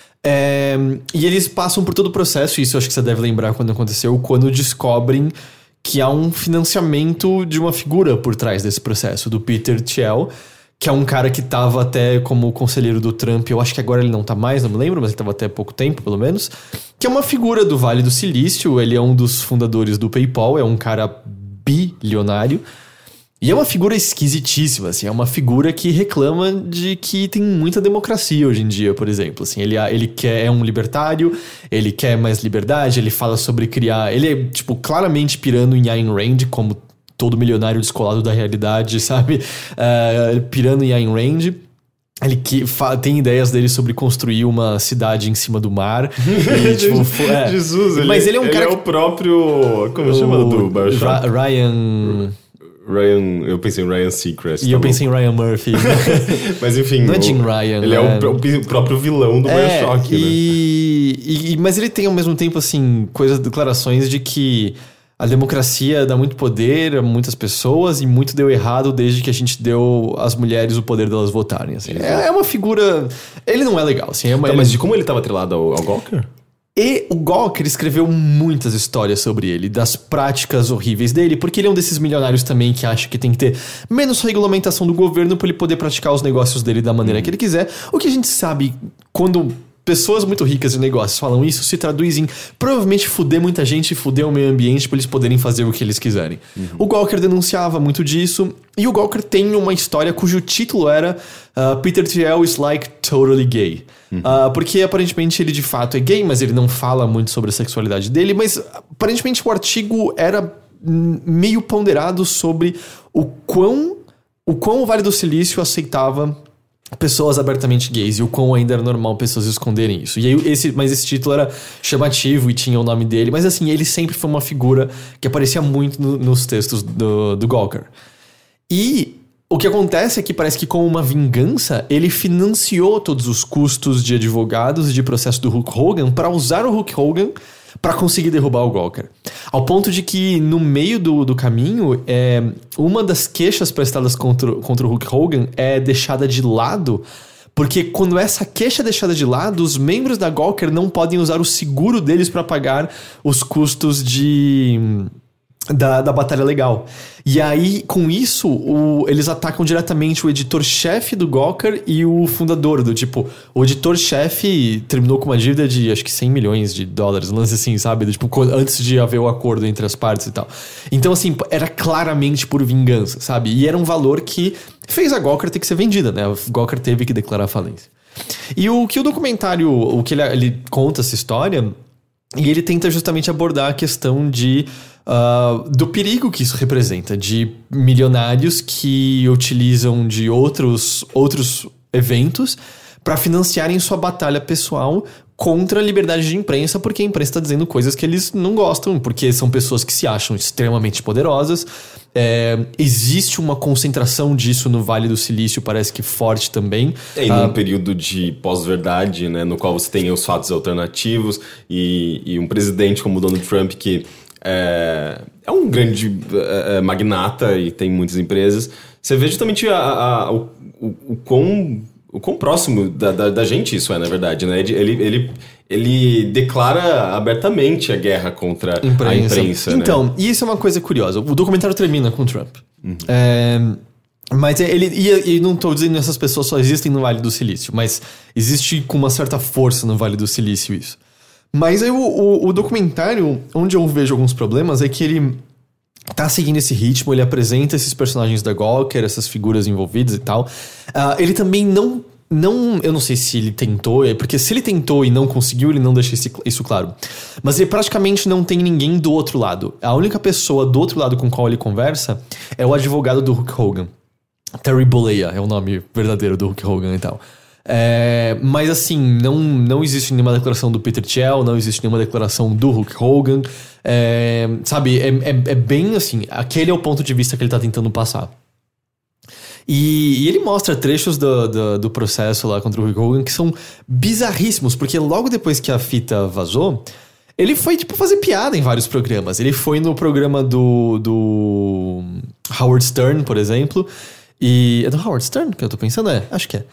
E eles passam por todo o processo, isso eu acho que você deve lembrar quando aconteceu, quando descobrem que há um financiamento de uma figura por trás desse processo, do Peter Thiel, que é um cara que tava até como conselheiro do Trump, eu acho que agora ele não tá mais, não me lembro, mas ele tava até há pouco tempo, pelo menos, que é uma figura do Vale do Silício, ele é um dos fundadores do PayPal, é um cara bilionário, e é uma figura esquisitíssima, assim, é uma figura que reclama de que tem muita democracia hoje em dia, por exemplo, assim, ele é um libertário, ele quer mais liberdade, ele fala sobre criar, ele é, tipo, claramente pirando em Ayn Rand, como todo milionário descolado da realidade, sabe, pirando em Ayn Rand. Ele tem ideias dele sobre construir uma cidade em cima do mar. E, tipo, Jesus, mas ele é um cara é o próprio, como chama do Bioshock? Ryan, eu pensei em Ryan Seacrest. E eu pensei em Ryan Murphy. Mas enfim... Não é Jim Ryan. Ele é o próprio vilão do Bioshock, né? Mas ele tem ao mesmo tempo, assim, declarações de que a democracia dá muito poder a muitas pessoas e muito deu errado desde que a gente deu às mulheres o poder delas votarem. Assim. É uma figura... Ele não é legal. Assim, mas de como ele estava atrelado ao Gawker? E o Gawker escreveu muitas histórias sobre ele, das práticas horríveis dele, porque ele é um desses milionários também que acha que tem que ter menos regulamentação do governo para ele poder praticar os negócios dele da maneira que ele quiser. O que a gente sabe, quando pessoas muito ricas de negócios falam isso, se traduz em provavelmente fuder muita gente e fuder o meio ambiente para eles poderem fazer o que eles quiserem. O Gawker denunciava muito disso, e o Gawker tem uma história cujo título era Peter Thiel is like totally gay. Porque aparentemente ele de fato é gay, mas ele não fala muito sobre a sexualidade dele, mas aparentemente o artigo era meio ponderado sobre o quão o Vale do Silício aceitava pessoas abertamente gays e o quão ainda era normal pessoas esconderem isso. E aí esse título era chamativo e tinha o nome dele, mas assim, ele sempre foi uma figura que aparecia muito nos textos do Gawker. E o que acontece é que parece que, como uma vingança, ele financiou todos os custos de advogados e de processo do Hulk Hogan para usar o Hulk Hogan para conseguir derrubar o Gawker. Ao ponto de que, no meio do caminho, uma das queixas prestadas contra o Hulk Hogan é deixada de lado, porque quando essa queixa é deixada de lado, os membros da Gawker não podem usar o seguro deles para pagar os custos de da batalha legal. E aí, com isso, eles atacam diretamente o editor-chefe do Gawker e o fundador do tipo... O editor-chefe terminou com uma dívida de, acho que $100 milhões, um lance assim, sabe? Tipo, antes de haver o acordo entre as partes e tal. Então, assim, era claramente por vingança, sabe? E era um valor que fez a Gawker ter que ser vendida, né? A Gawker teve que declarar falência. E o que o documentário... O que ele conta essa história... E ele tenta justamente abordar a questão do perigo que isso representa, de milionários que utilizam de outros eventos para financiarem sua batalha pessoal contra a liberdade de imprensa, porque a imprensa está dizendo coisas que eles não gostam, porque são pessoas que se acham extremamente poderosas. Existe uma concentração disso no Vale do Silício, parece que forte também. E num período de pós-verdade, né, no qual você tem os fatos alternativos e um presidente como o Donald Trump que é um grande magnata e tem muitas empresas. Você vê justamente o quão próximo da gente isso na verdade, né? Ele declara abertamente a guerra contra a imprensa. Então, né? E isso é uma coisa curiosa. O documentário termina com o Trump. Mas e não estou dizendo que essas pessoas só existem no Vale do Silício, mas existe com uma certa força no Vale do Silício isso. Mas aí o documentário, onde eu vejo alguns problemas, é que ele tá seguindo esse ritmo, ele apresenta esses personagens da Gawker, essas figuras envolvidas e tal. Ele também não... Eu não sei se ele tentou, porque se ele tentou e não conseguiu, ele não deixa isso claro. Mas ele praticamente não tem ninguém do outro lado. A única pessoa do outro lado com qual ele conversa é o advogado do Hulk Hogan. Terry Bollea é o nome verdadeiro do Hulk Hogan e tal. Mas assim, não existe nenhuma declaração do Peter Thiel, não existe nenhuma declaração do Hulk Hogan. Sabe, é bem assim, aquele é o ponto de vista que ele tá tentando passar. E ele mostra trechos do processo lá contra o Hulk Hogan que são bizarríssimos, porque logo depois que a fita vazou, ele foi, tipo, fazer piada em vários programas. Ele foi no programa do Howard Stern, por exemplo, e... É do Howard Stern que eu tô pensando? Acho que é.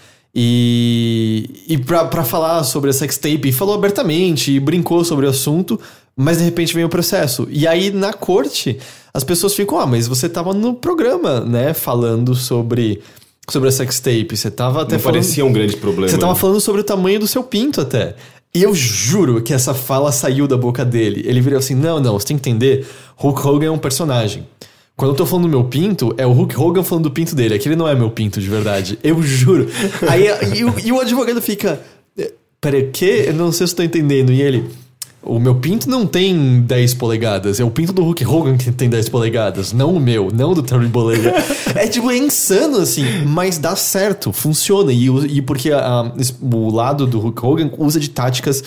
E pra falar sobre a sextape, falou abertamente e brincou sobre o assunto, mas de repente vem o processo. E aí, na corte, as pessoas ficam, mas você tava no programa, né, falando sobre a sextape. Você tava até falando... parecia um grande problema. Você tava falando sobre o tamanho do seu pinto até. E eu juro que essa fala saiu da boca dele. Ele virou assim, não, você tem que entender, Hulk Hogan é um personagem. Quando eu tô falando do meu pinto, é o Hulk Hogan falando do pinto dele. Aquele não é meu pinto de verdade. Eu juro. Aí e o advogado fica... Peraí, o quê? Eu não sei se eu tô entendendo. E ele... O meu pinto não tem 10 polegadas. É o pinto do Hulk Hogan que tem 10 polegadas. Não o meu. Não do Terry Bollea. É insano, assim. Mas dá certo. Funciona. E porque o lado do Hulk Hogan usa de táticas...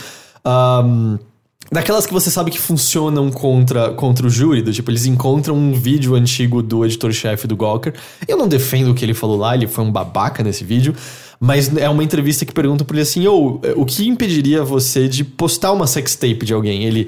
daquelas que você sabe que funcionam contra o júri, do tipo, eles encontram um vídeo antigo do editor-chefe do Gawker. Eu não defendo o que ele falou lá, ele foi um babaca nesse vídeo, mas é uma entrevista que pergunta pra ele assim, o que impediria você de postar uma sextape de alguém? Ele,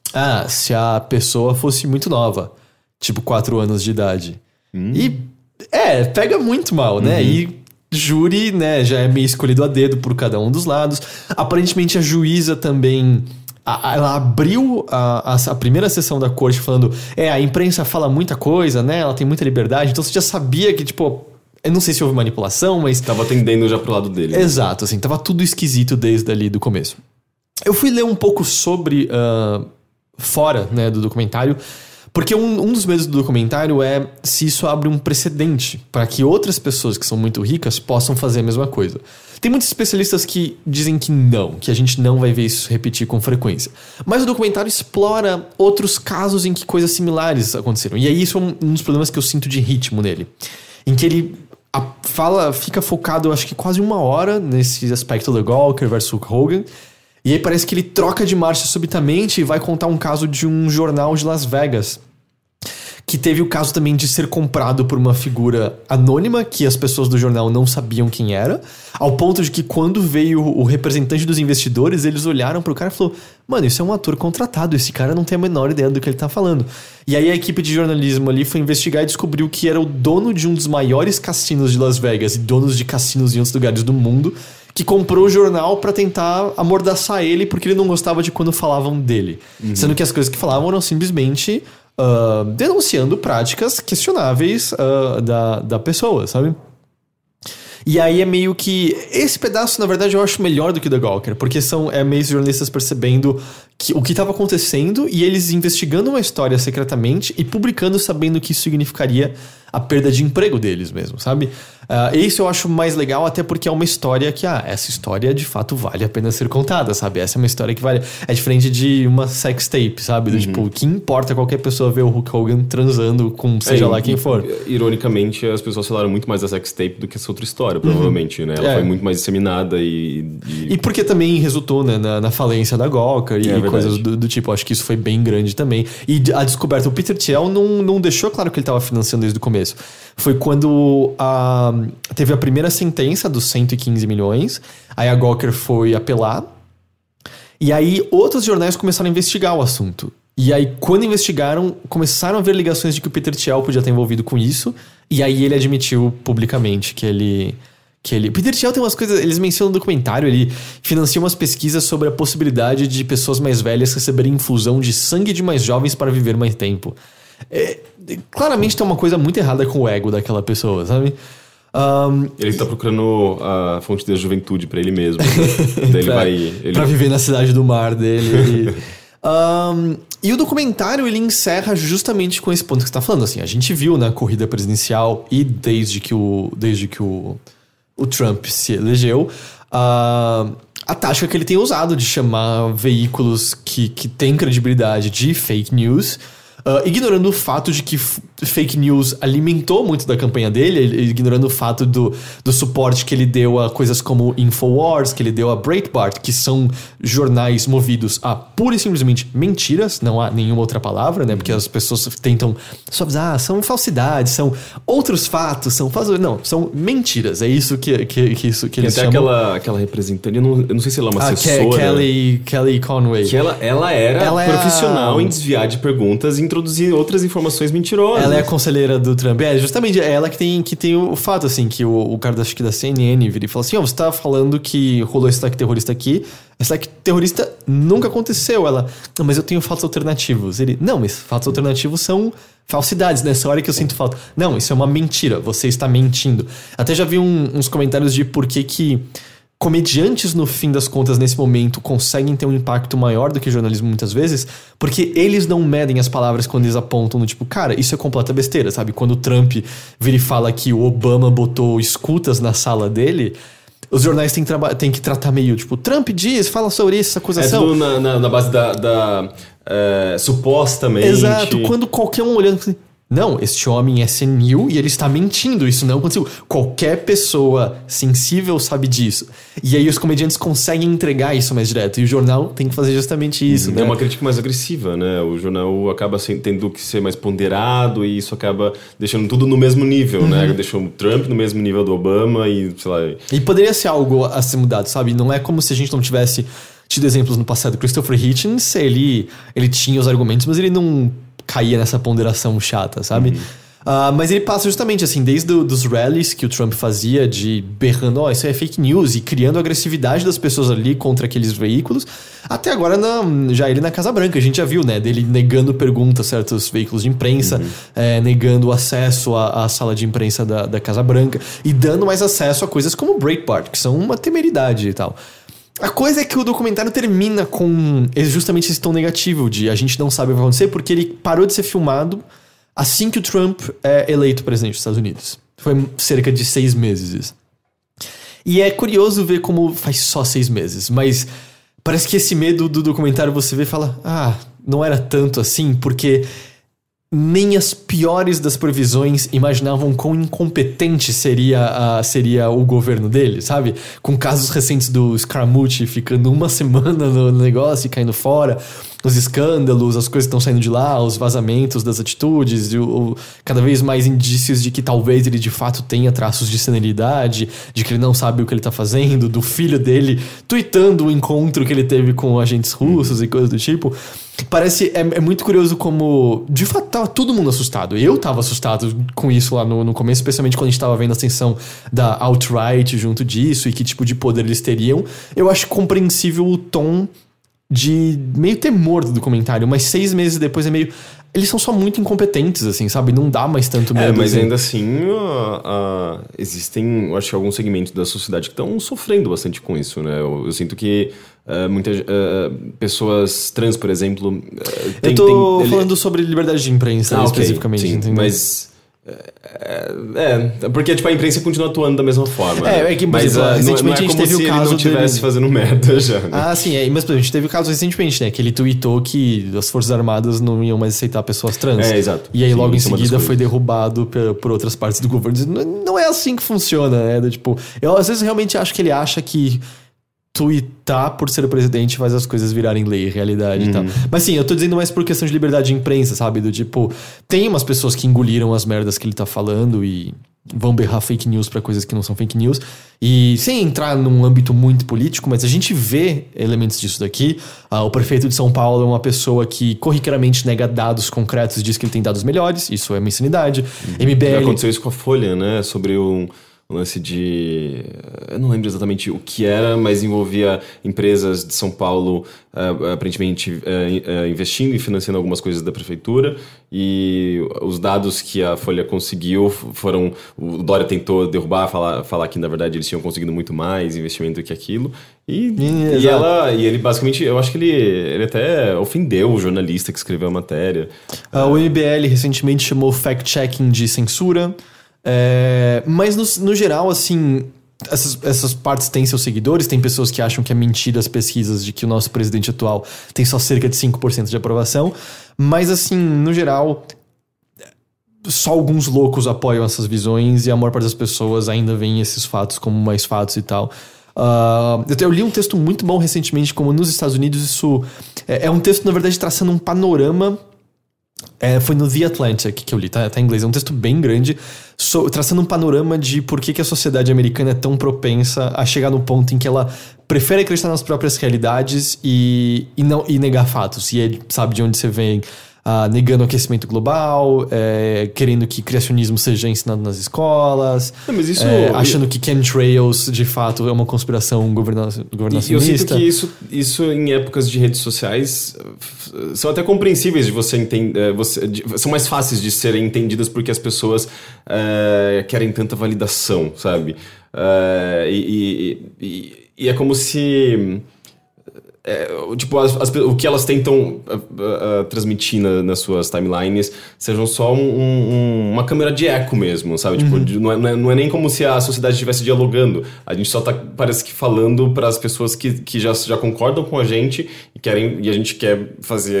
se a pessoa fosse muito nova, tipo 4 anos de idade. E, pega muito mal, né? E júri, né, já é meio escolhido a dedo por cada um dos lados. Aparentemente a juíza também... Ela abriu a primeira sessão da corte falando a imprensa fala muita coisa, né? Ela tem muita liberdade. Então você já sabia que, tipo... Eu não sei se houve manipulação, mas... Tava tendendo já pro lado dele. Exato, assim. Tava tudo esquisito desde ali do começo. Eu fui ler um pouco sobre... fora, né, do documentário... Porque um dos medos do documentário é se isso abre um precedente para que outras pessoas que são muito ricas possam fazer a mesma coisa. Tem muitos especialistas que dizem que não, que a gente não vai ver isso repetir com frequência. Mas o documentário explora outros casos em que coisas similares aconteceram. E aí isso é um dos problemas que eu sinto de ritmo nele. Em que ele fica focado, acho que quase 1 hora nesse aspecto do Gawker versus Hulk Hogan. E aí parece que ele troca de marcha subitamente e vai contar um caso de um jornal de Las Vegas. Que teve o caso também de ser comprado por uma figura anônima, que as pessoas do jornal não sabiam quem era. Ao ponto de que quando veio o representante dos investidores, eles olharam pro cara e falaram: mano, isso é um ator contratado, esse cara não tem a menor ideia do que ele tá falando. E aí a equipe de jornalismo ali foi investigar e descobriu que era o dono de um dos maiores cassinos de Las Vegas e donos de cassinos em outros lugares do mundo, que comprou o jornal pra tentar amordaçar ele porque ele não gostava de quando falavam dele. Sendo que as coisas que falavam eram simplesmente denunciando práticas questionáveis da pessoa, sabe? E aí é meio que... Esse pedaço, na verdade, eu acho melhor do que o da Gawker, porque é meio jornalistas percebendo o que estava acontecendo e eles investigando uma história secretamente e publicando sabendo que isso significaria a perda de emprego deles mesmo, sabe? Isso eu acho mais legal, até porque é uma história que, essa história de fato vale a pena ser contada, sabe? Essa é uma história que vale... É diferente de uma sex tape, sabe? Do tipo, o que importa qualquer pessoa ver o Hulk Hogan transando com seja lá quem for. Ironicamente, as pessoas falaram muito mais da sex tape do que essa outra história, provavelmente, né? Ela foi muito mais disseminada e porque também resultou, né, na falência da Gawker e coisas do tipo. Acho que isso foi bem grande também. E a descoberta, o Peter Thiel não deixou claro que ele estava financiando desde o começo. Foi quando teve a primeira sentença dos 115 milhões, aí a Gawker foi apelar, e aí outros jornais começaram a investigar o assunto. E aí, quando investigaram, começaram a ver ligações de que o Peter Thiel podia estar envolvido com isso, e aí ele admitiu publicamente que ele... O Peter Thiel tem umas coisas... Eles mencionam no documentário, ele financia umas pesquisas sobre a possibilidade de pessoas mais velhas receberem infusão de sangue de mais jovens para viver mais tempo. Claramente tem uma coisa muito errada com o ego daquela pessoa, sabe? Ele tá procurando a fonte da juventude pra ele mesmo. Daí pra viver na cidade do mar dele. E o documentário ele encerra justamente com esse ponto que você tá falando. Assim, a gente viu na corrida presidencial e desde que o Trump se elegeu, a tática que ele tem usado de chamar veículos que têm credibilidade de fake news, ignorando o fato de que fake news alimentou muito da campanha dele, ignorando o fato do suporte que ele deu a coisas como Infowars, que ele deu a Breitbart, que são jornais movidos a pura e simplesmente mentiras, não há nenhuma outra palavra, né? Porque as pessoas tentam suavizar, são falsidades, são outros fatos, não, são mentiras, é isso que eles chamam. Até aquela representante, eu não sei se ela é uma assessora. Kelly Conway. Que ela era profissional em desviar de perguntas e introduzir outras informações mentirosas. Ela é a conselheira do Trump. Justamente é ela que tem o fato, assim, que o cara acho que da CNN vira e fala assim, você tá falando que rolou esse ataque terrorista aqui, esse ataque terrorista nunca aconteceu. Ela, não, mas eu tenho fatos alternativos. Ele, não, mas fatos alternativos são falsidades, nessa hora que eu sinto falta. Não, isso é uma mentira, você está mentindo. Até já vi uns comentários de por que comediantes, no fim das contas, nesse momento, conseguem ter um impacto maior do que jornalismo muitas vezes, porque eles não medem as palavras quando eles apontam no tipo, cara, isso é completa besteira, sabe? Quando o Trump vira e fala que o Obama botou escutas na sala dele, os jornais têm que tratar meio, tipo, Trump diz, fala sobre isso, essa acusação. É tudo na base supostamente. Exato, quando qualquer um olhando... Não, este homem é senil e ele está mentindo, isso não aconteceu. Qualquer pessoa sensível sabe disso. E aí os comediantes conseguem entregar isso mais direto. E o jornal tem que fazer justamente isso, né? É uma crítica mais agressiva, né? O jornal acaba tendo que ser mais ponderado e isso acaba deixando tudo no mesmo nível, né? Deixou o Trump no mesmo nível do Obama e, sei lá... E poderia ser algo a ser mudado, sabe? Não é como se a gente não tivesse tido exemplos no passado. Christopher Hitchens, ele tinha os argumentos, mas ele não... caía nessa ponderação chata, sabe? Mas ele passa justamente assim, desde dos rallies que o Trump fazia, de berrando, isso é fake news, e criando a agressividade das pessoas ali contra aqueles veículos, até agora já ele na Casa Branca, a gente já viu, né? Dele negando perguntas a certos veículos de imprensa, negando o acesso à sala de imprensa da Casa Branca, e dando mais acesso a coisas como Breitbart, que são uma temeridade e tal. A coisa é que o documentário termina com justamente esse tom negativo de a gente não sabe o que vai acontecer, porque ele parou de ser filmado assim que o Trump é eleito presidente dos Estados Unidos. Foi cerca de 6 meses isso. E é curioso ver como faz só 6 meses, mas parece que esse medo do documentário você vê e fala, não era tanto assim, porque... nem as piores das previsões imaginavam quão incompetente seria o governo dele, sabe? Com casos recentes do Scaramucci ficando uma semana no negócio e caindo fora, os escândalos, as coisas que estão saindo de lá, os vazamentos das atitudes, cada vez mais indícios de que talvez ele de fato tenha traços de senilidade, de que ele não sabe o que ele tá fazendo, do filho dele tweetando o encontro que ele teve com agentes russos e coisas do tipo. Parece, é muito curioso como, de fato, tava todo mundo assustado. Eu tava assustado com isso lá no começo, especialmente quando a gente tava vendo a ascensão da alt-right junto disso e que tipo de poder eles teriam. Eu acho compreensível o tom de meio temor do documentário, mas 6 meses depois é meio... eles são só muito incompetentes, assim, sabe? Não dá mais tanto medo. Mas assim. ainda assim, existem, eu acho que alguns segmentos da sociedade que estão sofrendo bastante com isso, né? Eu sinto que muitas pessoas trans, por exemplo... eu tô falando sobre liberdade de imprensa, especificamente. Sim, entendeu? mas... porque tipo, a imprensa continua atuando da mesma forma. Que, mas recentemente não é a gente teve o caso ele não estivesse fazendo merda já. Né? Sim, mas a gente teve o caso recentemente, né? Que ele tweetou que as Forças Armadas não iam mais aceitar pessoas trans. Exato. E aí logo em seguida foi derrubado por outras partes do governo. Não é assim que funciona, né? Tipo, eu às vezes realmente acho que ele acha que tweetar por ser o presidente faz as coisas virarem lei, realidade e tal. Mas sim, eu tô dizendo mais por questão de liberdade de imprensa, sabe? Do tipo, tem umas pessoas que engoliram as merdas que ele tá falando e vão berrar fake news pra coisas que não são fake news. E sem entrar num âmbito muito político, mas a gente vê elementos disso daqui. O prefeito de São Paulo é uma pessoa que corriqueiramente nega dados concretos e diz que ele tem dados melhores. Isso é uma insanidade. MBL... Aconteceu isso com a Folha, né? Sobre um lance de... Eu não lembro exatamente o que era, mas envolvia empresas de São Paulo aparentemente investindo e financiando algumas coisas da prefeitura, e os dados que a Folha conseguiu foram... O Dória tentou derrubar, falar que na verdade eles tinham conseguido muito mais investimento que aquilo, e ele basicamente, eu acho que ele até ofendeu o jornalista que escreveu a matéria. O MBL recentemente chamou fact-checking de censura. Mas no geral, assim, essas partes têm seus seguidores. Tem pessoas que acham que é mentira as pesquisas de que o nosso presidente atual tem só cerca de 5% de aprovação. Mas assim, no geral, só alguns loucos apoiam essas visões e a maior parte das pessoas ainda veem esses fatos como mais fatos e tal. Eu li um texto muito bom recentemente, como nos Estados Unidos isso é um texto, na verdade, traçando um panorama. Foi no The Atlantic que eu li, tá em inglês. É um texto bem grande, traçando um panorama de por que a sociedade americana é tão propensa a chegar no ponto em que ela prefere acreditar nas próprias realidades e negar fatos. E sabe de onde você vem negando o aquecimento global, querendo que criacionismo seja ensinado nas escolas, mas isso, achando que chemtrails de fato é uma conspiração governacionista. Eu sinto que isso em épocas de redes sociais são até compreensíveis de você entender, são mais fáceis de serem entendidas porque as pessoas querem tanta validação, sabe? E é como se... tipo, o que elas tentam transmitir nas suas timelines sejam só uma câmera de eco mesmo, sabe? Tipo, não é nem como se a sociedade estivesse dialogando. A gente só tá, parece que, falando para as pessoas que já concordam com a gente e a gente quer fazer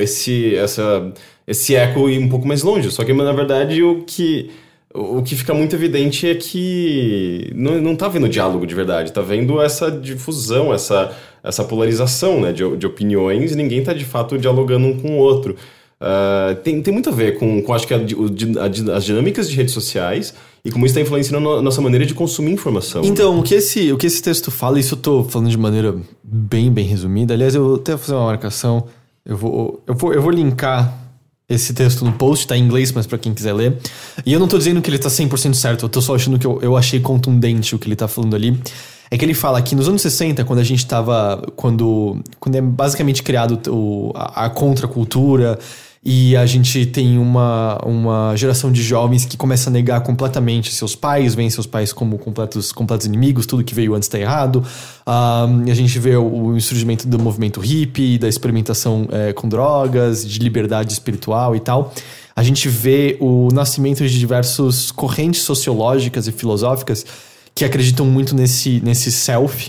esse eco ir um pouco mais longe. Só que, na verdade, o que fica muito evidente é que não tá vendo diálogo de verdade, tá vendo essa difusão, essa polarização, né, de opiniões, e ninguém tá de fato dialogando um com o outro. Tem muito a ver com acho que as dinâmicas de redes sociais e como isso está influenciando a nossa maneira de consumir informação. Então, o que esse texto fala, isso eu tô falando de maneira bem, bem resumida. Aliás, eu vou até fazer uma marcação. Eu vou linkar esse texto no post, tá em inglês, mas pra quem quiser ler. E eu não tô dizendo que ele tá 100% certo, eu tô só achando que eu achei contundente o que ele tá falando ali. É que ele fala que nos anos 60, quando a gente tava... Quando é basicamente criado a contracultura e a gente tem uma geração de jovens que começa a negar completamente seus pais, veem seus pais como completos inimigos, tudo que veio antes tá errado. A gente vê o surgimento do movimento hippie, da experimentação com drogas, de liberdade espiritual e tal. A gente vê o nascimento de diversas correntes sociológicas e filosóficas que acreditam muito nesse self,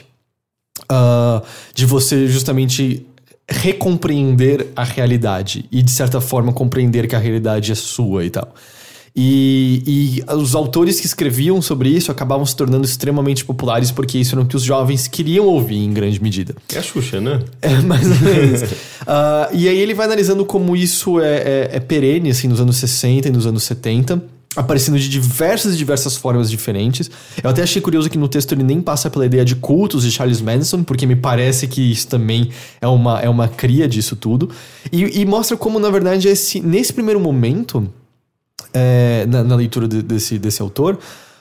de você justamente recompreender a realidade e, de certa forma, compreender que a realidade é sua e tal. E os autores que escreviam sobre isso acabavam se tornando extremamente populares porque isso era o que os jovens queriam ouvir em grande medida. É a Xuxa, né? Mais ou menos. E aí ele vai analisando como isso é perene, assim, nos anos 60 e nos anos 70, aparecendo de diversas formas diferentes. Eu até achei curioso que no texto ele nem passa pela ideia de cultos de Charles Manson, porque me parece que isso também é uma cria disso tudo. E mostra como, na verdade, nesse primeiro momento, na leitura desse autor,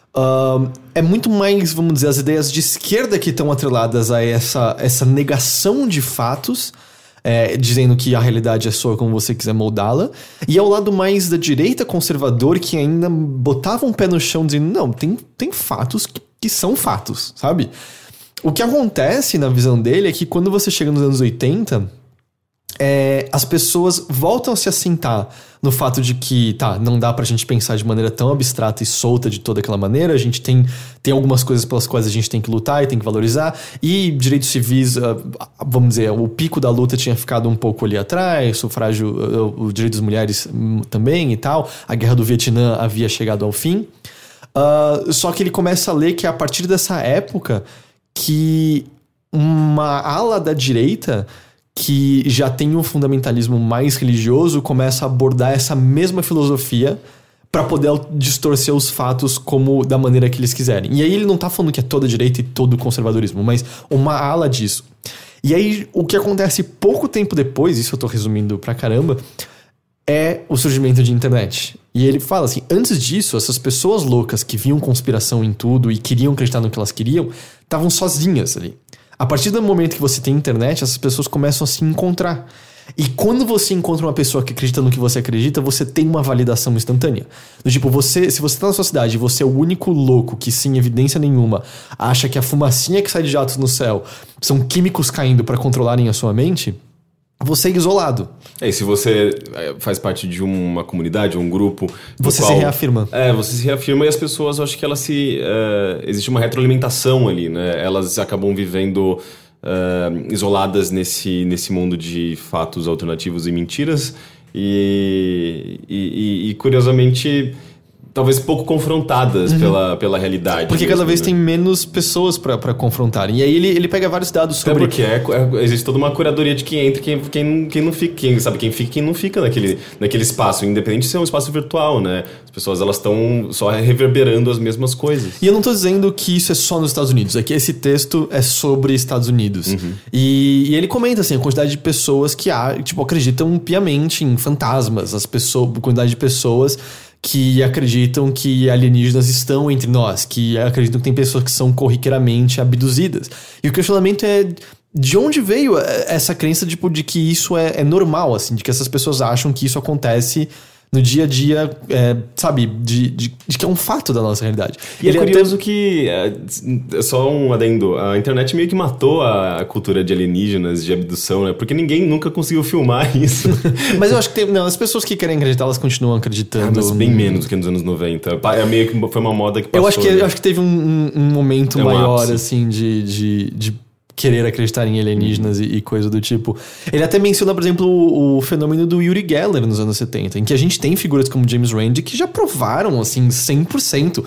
é muito mais, vamos dizer, as ideias de esquerda que estão atreladas a essa negação de fatos dizendo que a realidade é sua como você quiser moldá-la. E ao lado mais da direita conservador que ainda botava um pé no chão dizendo, não, tem fatos que são fatos, sabe? O que acontece na visão dele é que quando você chega nos anos 80, as pessoas voltam a se assentar no fato de que, não dá pra gente pensar de maneira tão abstrata e solta de toda aquela maneira, a gente tem algumas coisas pelas quais a gente tem que lutar e tem que valorizar, e direitos civis, vamos dizer, o pico da luta tinha ficado um pouco ali atrás, sufrágio, o direito das mulheres também e tal, a guerra do Vietnã havia chegado ao fim, só que ele começa a ler que é a partir dessa época que uma ala da direita que já tem um fundamentalismo mais religioso começa a abordar essa mesma filosofia para poder distorcer os fatos como da maneira que eles quiserem. E aí ele não tá falando que é toda a direita e todo o conservadorismo, mas uma ala disso. E aí o que acontece pouco tempo depois, isso eu tô resumindo pra caramba, é o surgimento de internet. E ele fala assim, antes disso, essas pessoas loucas que viam conspiração em tudo e queriam acreditar no que elas queriam, estavam sozinhas ali. A partir do momento que você tem internet, essas pessoas começam a se encontrar. E quando você encontra uma pessoa que acredita no que você acredita, você tem uma validação instantânea. Do tipo, se você tá na sua cidade e você é o único louco que, sem evidência nenhuma, acha que a fumacinha que sai de jatos no céu são químicos caindo para controlarem a sua mente, você é isolado. E se você faz parte de uma comunidade, um grupo... Você se reafirma. Você se reafirma e as pessoas, eu acho que elas existe uma retroalimentação ali, né? Elas acabam vivendo isoladas nesse mundo de fatos alternativos e mentiras e curiosamente... talvez pouco confrontadas pela realidade. Porque cada vez tem menos pessoas pra confrontarem. E aí ele pega vários dados sobre... porque existe toda uma curadoria de quem entra e quem não fica. Quem fica e quem não fica naquele espaço. Independente de ser um espaço virtual, né? As pessoas, elas estão só reverberando as mesmas coisas. E eu não tô dizendo que isso é só nos Estados Unidos. É que esse texto é sobre Estados Unidos. E ele comenta, assim, a quantidade de pessoas que acreditam piamente em fantasmas. A quantidade de pessoas que acreditam que alienígenas estão entre nós, que acreditam que tem pessoas que são corriqueiramente abduzidas. E o questionamento é de onde veio essa crença de que isso é normal, assim, de que essas pessoas acham que isso acontece no dia a dia, sabe, de que é um fato da nossa realidade. E é curioso que, só um adendo, a internet meio que matou a cultura de alienígenas, de abdução, né? Porque ninguém nunca conseguiu filmar isso. Mas eu acho que as pessoas que querem acreditar, elas continuam acreditando. Mas bem menos do que nos anos 90. É meio que foi uma moda que passou. Eu acho que teve um momento maior, ápice, assim, de querer acreditar em alienígenas e coisa do tipo. Ele até menciona, por exemplo, o fenômeno do Uri Geller nos anos 70, em que a gente tem figuras como James Randi que já provaram, assim, 100%.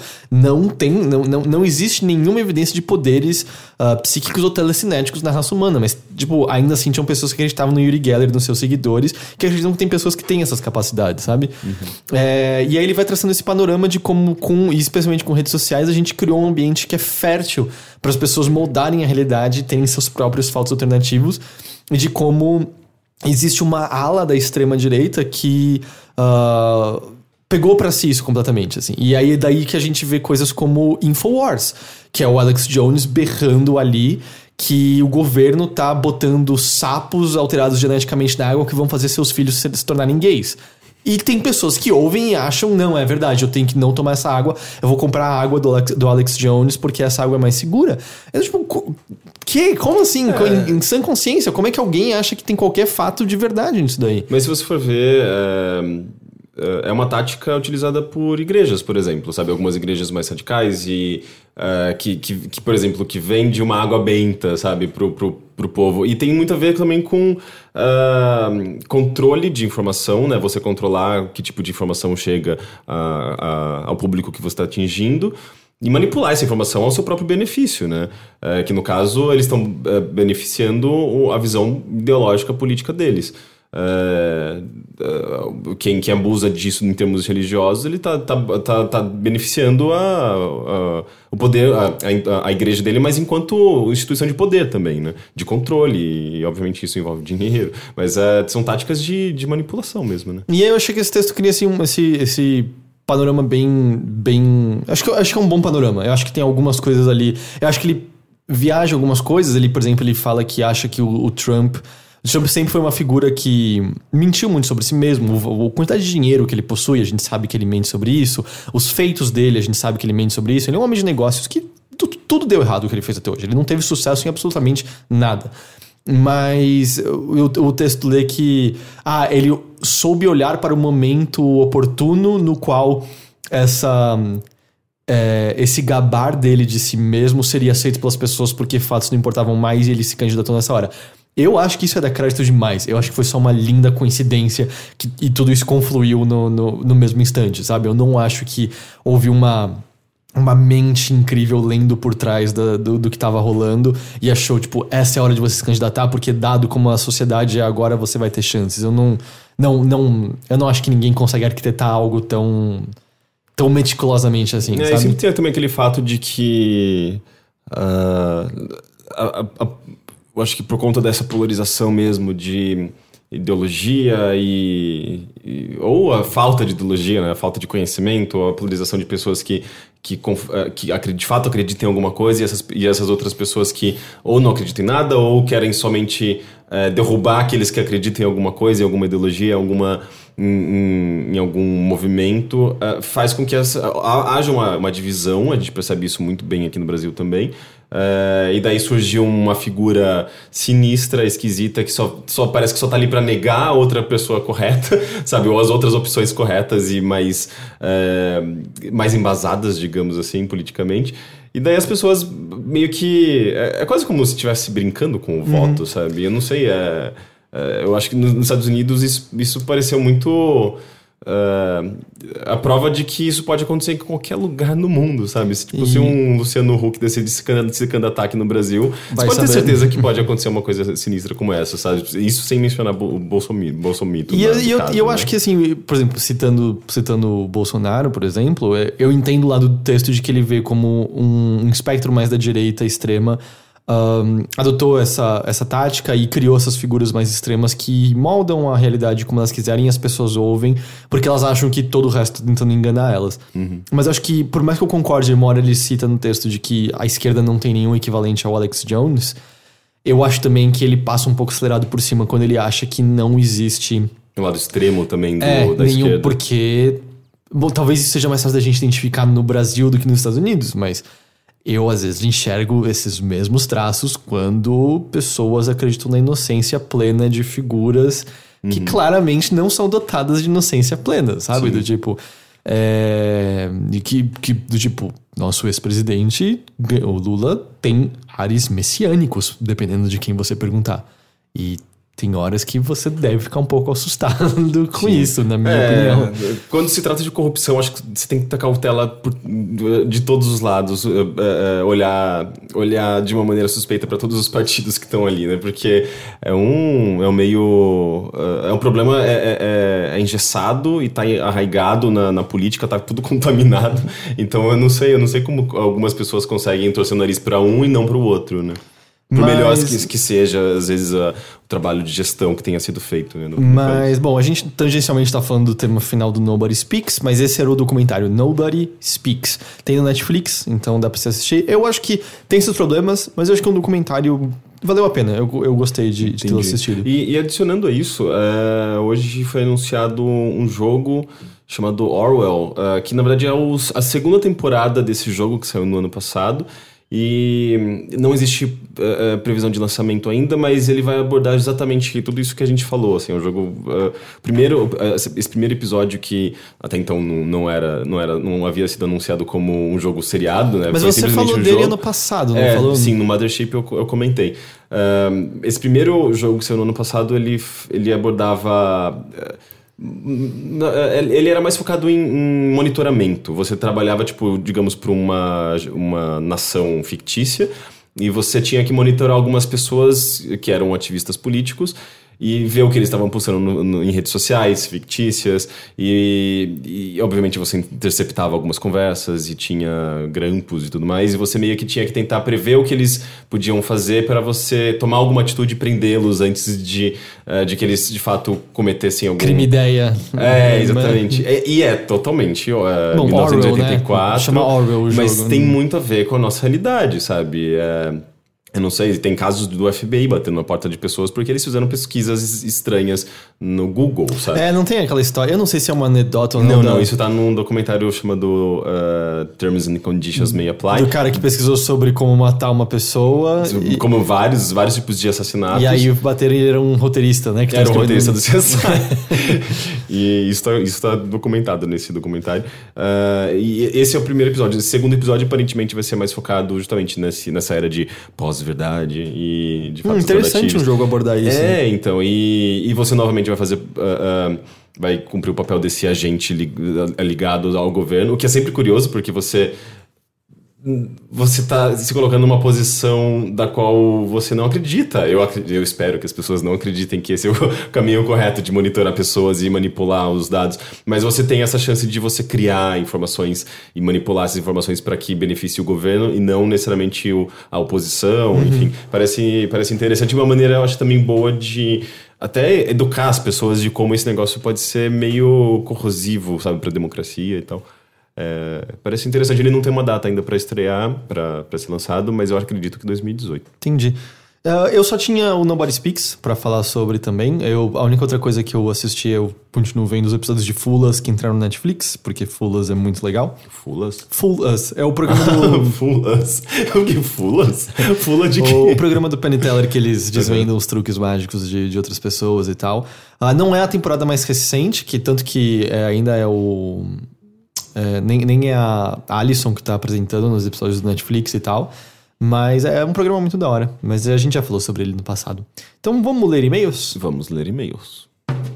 Não existe nenhuma evidência de poderes psíquicos ou telecinéticos na raça humana, mas, ainda assim tinham pessoas que acreditavam no Uri Geller, nos seus seguidores, que acreditam que tem pessoas que têm essas capacidades, sabe? E aí ele vai traçando esse panorama de como, e especialmente com redes sociais, a gente criou um ambiente que é fértil para as pessoas moldarem a realidade e terem seus próprios fatos alternativos, e de como existe uma ala da extrema-direita que pegou pra si isso completamente, assim. E aí é daí que a gente vê coisas como Infowars, que é o Alex Jones berrando ali que o governo tá botando sapos alterados geneticamente na água que vão fazer seus filhos se tornarem gays. E tem pessoas que ouvem e acham, não, é verdade, eu tenho que não tomar essa água, eu vou comprar a água do Alex Jones porque essa água é mais segura. Como assim? Em sã consciência, como é que alguém acha que tem qualquer fato de verdade nisso daí? Mas se você for ver, é uma tática utilizada por igrejas, por exemplo, sabe? Algumas igrejas mais radicais e que, por exemplo, que vende uma água benta, sabe? Pro povo. E tem muito a ver também com controle de informação, né? Você controlar que tipo de informação chega ao público que você está atingindo e manipular essa informação ao seu próprio benefício, né? Que no caso eles estão beneficiando a visão ideológica política deles. Quem abusa disso em termos religiosos, ele tá beneficiando o poder, a igreja dele, mas enquanto instituição de poder também, né? De controle, e obviamente isso envolve dinheiro, mas são táticas de manipulação mesmo, né? E aí eu achei que esse texto cria assim, esse panorama bem... Acho que é um bom panorama. Eu acho que tem algumas coisas ali. Eu acho que ele viaja algumas coisas. Ele, por exemplo, ele fala que acha que o Trump Trump sempre foi uma figura que mentiu muito sobre si mesmo. A quantidade de dinheiro que ele possui, a gente sabe que ele mente sobre isso. Os feitos dele, a gente sabe que ele mente sobre isso. Ele é um homem de negócios que tudo deu errado o que ele fez até hoje. Ele não teve sucesso em absolutamente nada. Mas o texto lê que ele soube olhar para o momento oportuno no qual esse gabar dele de si mesmo seria aceito pelas pessoas porque fatos não importavam mais e ele se candidatou nessa hora. Eu acho que isso é dar crédito demais. Eu acho que foi só uma linda coincidência e tudo isso confluiu no mesmo instante, sabe? Eu não acho que houve uma mente incrível lendo por trás do que tava rolando e achou, tipo, essa é a hora de você se candidatar porque dado como a sociedade é agora, você vai ter chances. Eu não acho que ninguém consegue arquitetar algo tão meticulosamente assim, sabe? E sempre tem também aquele fato de que eu acho que por conta dessa polarização mesmo de ideologia ou a falta de ideologia, né? A falta de conhecimento, a polarização de pessoas que de fato acreditam em alguma coisa e essas outras pessoas que ou não acreditam em nada ou querem somente derrubar aqueles que acreditam em alguma coisa, em alguma ideologia, em algum movimento, faz com que haja uma divisão. A gente percebe isso muito bem aqui no Brasil também. E daí surgiu uma figura sinistra, esquisita, que só parece que só tá ali pra negar a outra pessoa correta, sabe? Ou as outras opções corretas e mais embasadas, digamos assim, politicamente. E daí as pessoas meio que... É quase como se estivesse brincando com o voto, sabe? Eu não sei, eu acho que nos Estados Unidos isso pareceu muito... a prova de que isso pode acontecer em qualquer lugar no mundo, sabe? Se um Luciano Huck decide se candidatar aqui no Brasil, você pode ter certeza que pode acontecer uma coisa sinistra como essa, sabe? Isso sem mencionar o Bolsomito. E eu acho que, assim, por exemplo, citando o Bolsonaro, por exemplo, eu entendo lá do texto de que ele vê como um espectro mais da direita extrema, adotou essa tática e criou essas figuras mais extremas que moldam a realidade como elas quiserem e as pessoas ouvem porque elas acham que todo o resto tá tentando enganar elas. Mas eu acho que, por mais que eu concorde, uma hora ele cita no texto de que a esquerda não tem nenhum equivalente ao Alex Jones, eu acho também que ele passa um pouco acelerado por cima quando ele acha que não existe o lado extremo também da esquerda. Porque, bom, talvez isso seja mais fácil da gente identificar no Brasil do que nos Estados Unidos, mas eu, às vezes, enxergo esses mesmos traços quando pessoas acreditam na inocência plena de figuras que claramente não são dotadas de inocência plena, sabe? Sim. Do tipo... do tipo, nosso ex-presidente, o Lula, tem ares messiânicos, dependendo de quem você perguntar. E tem horas que você deve ficar um pouco assustado com isso, na minha opinião. Quando se trata de corrupção, acho que você tem que ter cautela de todos os lados, olhar de uma maneira suspeita para todos os partidos que estão ali, né? Porque é um problema engessado e tá arraigado na política, tá tudo contaminado. Então eu não sei como algumas pessoas conseguem torcer o nariz para um e não para o outro, né? Por melhor que seja, às vezes, o trabalho de gestão que tenha sido feito. Né, mas, bom, a gente tangencialmente tá falando do tema final do Nobody Speaks, mas esse era o documentário Nobody Speaks. Tem no Netflix, então dá pra você assistir. Eu acho que tem seus problemas, mas eu acho que é um documentário... Valeu a pena, eu gostei de tê-lo assistido. E adicionando a isso, hoje foi anunciado um jogo chamado Orwell, que na verdade é a segunda temporada desse jogo que saiu no ano passado. E não existe previsão de lançamento ainda, mas ele vai abordar exatamente tudo isso que a gente falou, assim, o jogo esse primeiro episódio que até então não havia sido anunciado como um jogo seriado, né? Mas foi você falou dele ano passado, não falou? Sim, no Mothership eu comentei. Esse primeiro jogo que saiu no ano passado, ele abordava... Ele era mais focado em monitoramento. Você trabalhava, tipo, digamos, para uma nação fictícia e você tinha que monitorar algumas pessoas que eram ativistas políticos e ver o que eles estavam postando em redes sociais fictícias e obviamente você interceptava algumas conversas e tinha grampos e tudo mais, e você meio que tinha que tentar prever o que eles podiam fazer para você tomar alguma atitude e prendê-los antes de que eles de fato cometessem algum... Crime-ideia. Exatamente. Totalmente. Bom, 1984. Orwell, né? Chama Orwell o jogo. Mas tem muito a ver com a nossa realidade, sabe? Eu não sei, tem casos do FBI batendo na porta de pessoas porque eles fizeram pesquisas estranhas no Google, sabe? Não tem aquela história. Eu não sei se é uma anedota ou não. Não, isso tá num documentário chamado Terms and Conditions May Apply. Do cara que pesquisou sobre como matar uma pessoa. Como vários tipos de assassinatos. E aí bateram e ele era um roteirista, né? Era um roteirista do CSI. E isso tá documentado nesse documentário. E esse é o primeiro episódio. O segundo episódio, aparentemente, vai ser mais focado justamente nessa era de pós-verdade e de fatos interessante um jogo abordar isso. Então. E você novamente vai fazer... vai cumprir o papel desse agente ligado ao governo, o que é sempre curioso, porque você tá se colocando numa posição da qual você não acredita. Eu espero que as pessoas não acreditem que esse é o caminho correto de monitorar pessoas e manipular os dados, mas você tem essa chance de você criar informações e manipular essas informações para que beneficie o governo e não necessariamente a oposição. Enfim, parece interessante, uma maneira, eu acho, também boa de até educar as pessoas de como esse negócio pode ser meio corrosivo, sabe, para a democracia e tal. Parece interessante. Ele não tem uma data ainda para estrear, para ser lançado, mas eu acredito que 2018. Entendi. Eu só tinha o Nobody Speaks pra falar sobre também. A única outra coisa que eu assisti, eu continuo vendo os episódios de Full Us que entraram no Netflix, porque Full Us é muito legal. Full Us? Full Us. É o programa do... Full Us? O que? Full Us? Full Us de quê? O programa do Penn e Teller que eles desvendam os truques mágicos de outras pessoas e tal. Não é a temporada mais recente, que tanto que ainda é o... nem é a Alison que tá apresentando nos episódios do Netflix e tal. Mas é um programa muito da hora. Mas a gente já falou sobre ele no passado. Então vamos ler e-mails? Vamos ler e-mails.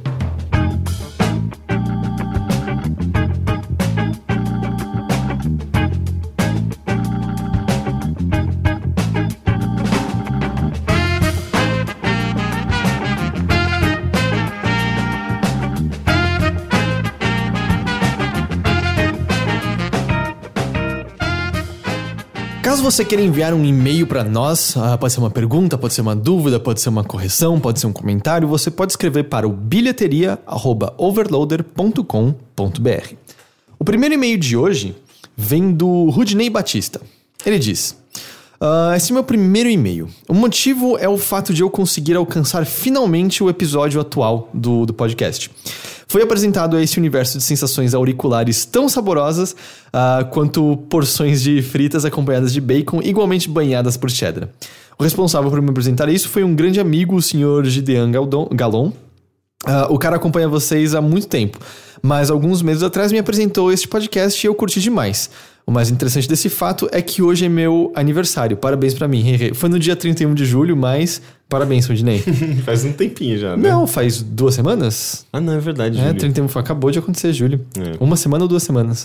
Caso você queira enviar um e-mail para nós, pode ser uma pergunta, pode ser uma dúvida, pode ser uma correção, pode ser um comentário, você pode escrever para o bilheteria@overloader.com.br. O primeiro e-mail de hoje vem do Rudney Batista. Ele diz: esse é meu primeiro e-mail. O motivo é o fato de eu conseguir alcançar finalmente o episódio atual do podcast. Foi apresentado a esse universo de sensações auriculares tão saborosas quanto porções de fritas acompanhadas de bacon igualmente banhadas por cheddar. O responsável por me apresentar isso foi um grande amigo, o Sr. Gideon Galon. O cara acompanha vocês há muito tempo, mas alguns meses atrás me apresentou este podcast e eu curti demais. O mais interessante desse fato é que hoje é meu aniversário. Parabéns pra mim. Foi no dia 31 de julho, mas parabéns, Rudney. Faz um tempinho já, né? Não, faz 2 semanas. Não, é verdade, julho. 31, acabou de acontecer, julho. 1 semana ou 2 semanas.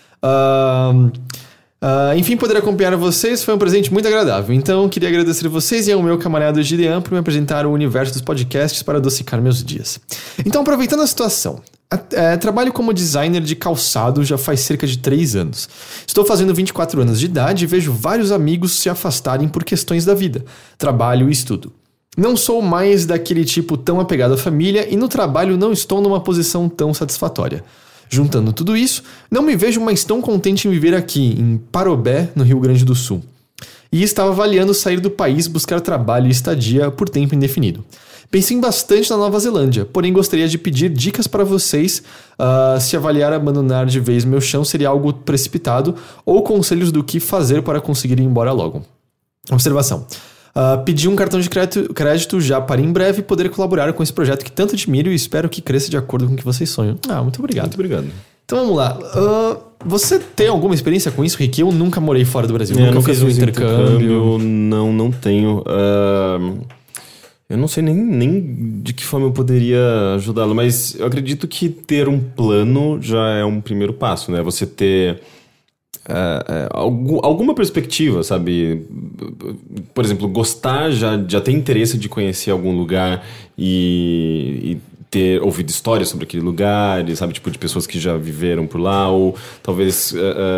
Enfim, poder acompanhar vocês foi um presente muito agradável. Então, queria agradecer a vocês e ao meu camarada Gideon por me apresentar o universo dos podcasts para adocicar meus dias. Então, aproveitando a situação... trabalho como designer de calçado já faz cerca de 3 anos. Estou fazendo 24 anos de idade e vejo vários amigos se afastarem por questões da vida, trabalho e estudo. Não sou mais daquele tipo tão apegado à família e no trabalho não estou numa posição tão satisfatória. Juntando tudo isso, não me vejo mais tão contente em viver aqui, em Parobé, no Rio Grande do Sul. E estava avaliando sair do país, buscar trabalho e estadia por tempo indefinido. Pensei bastante na Nova Zelândia, porém gostaria de pedir dicas para vocês se avaliar abandonar de vez meu chão seria algo precipitado ou conselhos do que fazer para conseguir ir embora logo. Observação. Pedi um cartão de crédito já para em breve poder colaborar com esse projeto que tanto admiro e espero que cresça de acordo com o que vocês sonham. Muito obrigado. Muito obrigado. Então vamos lá. Você tem alguma experiência com isso, Rick? Eu nunca morei fora do Brasil. Nunca fiz um intercâmbio. Não tenho. Eu não sei nem de que forma eu poderia ajudá-lo, mas eu acredito que ter um plano já é um primeiro passo, né? Você ter alguma perspectiva, sabe? Por exemplo, gostar, já ter interesse de conhecer algum lugar e ter ouvido histórias sobre aquele lugar, sabe? Tipo, de pessoas que já viveram por lá, ou talvez...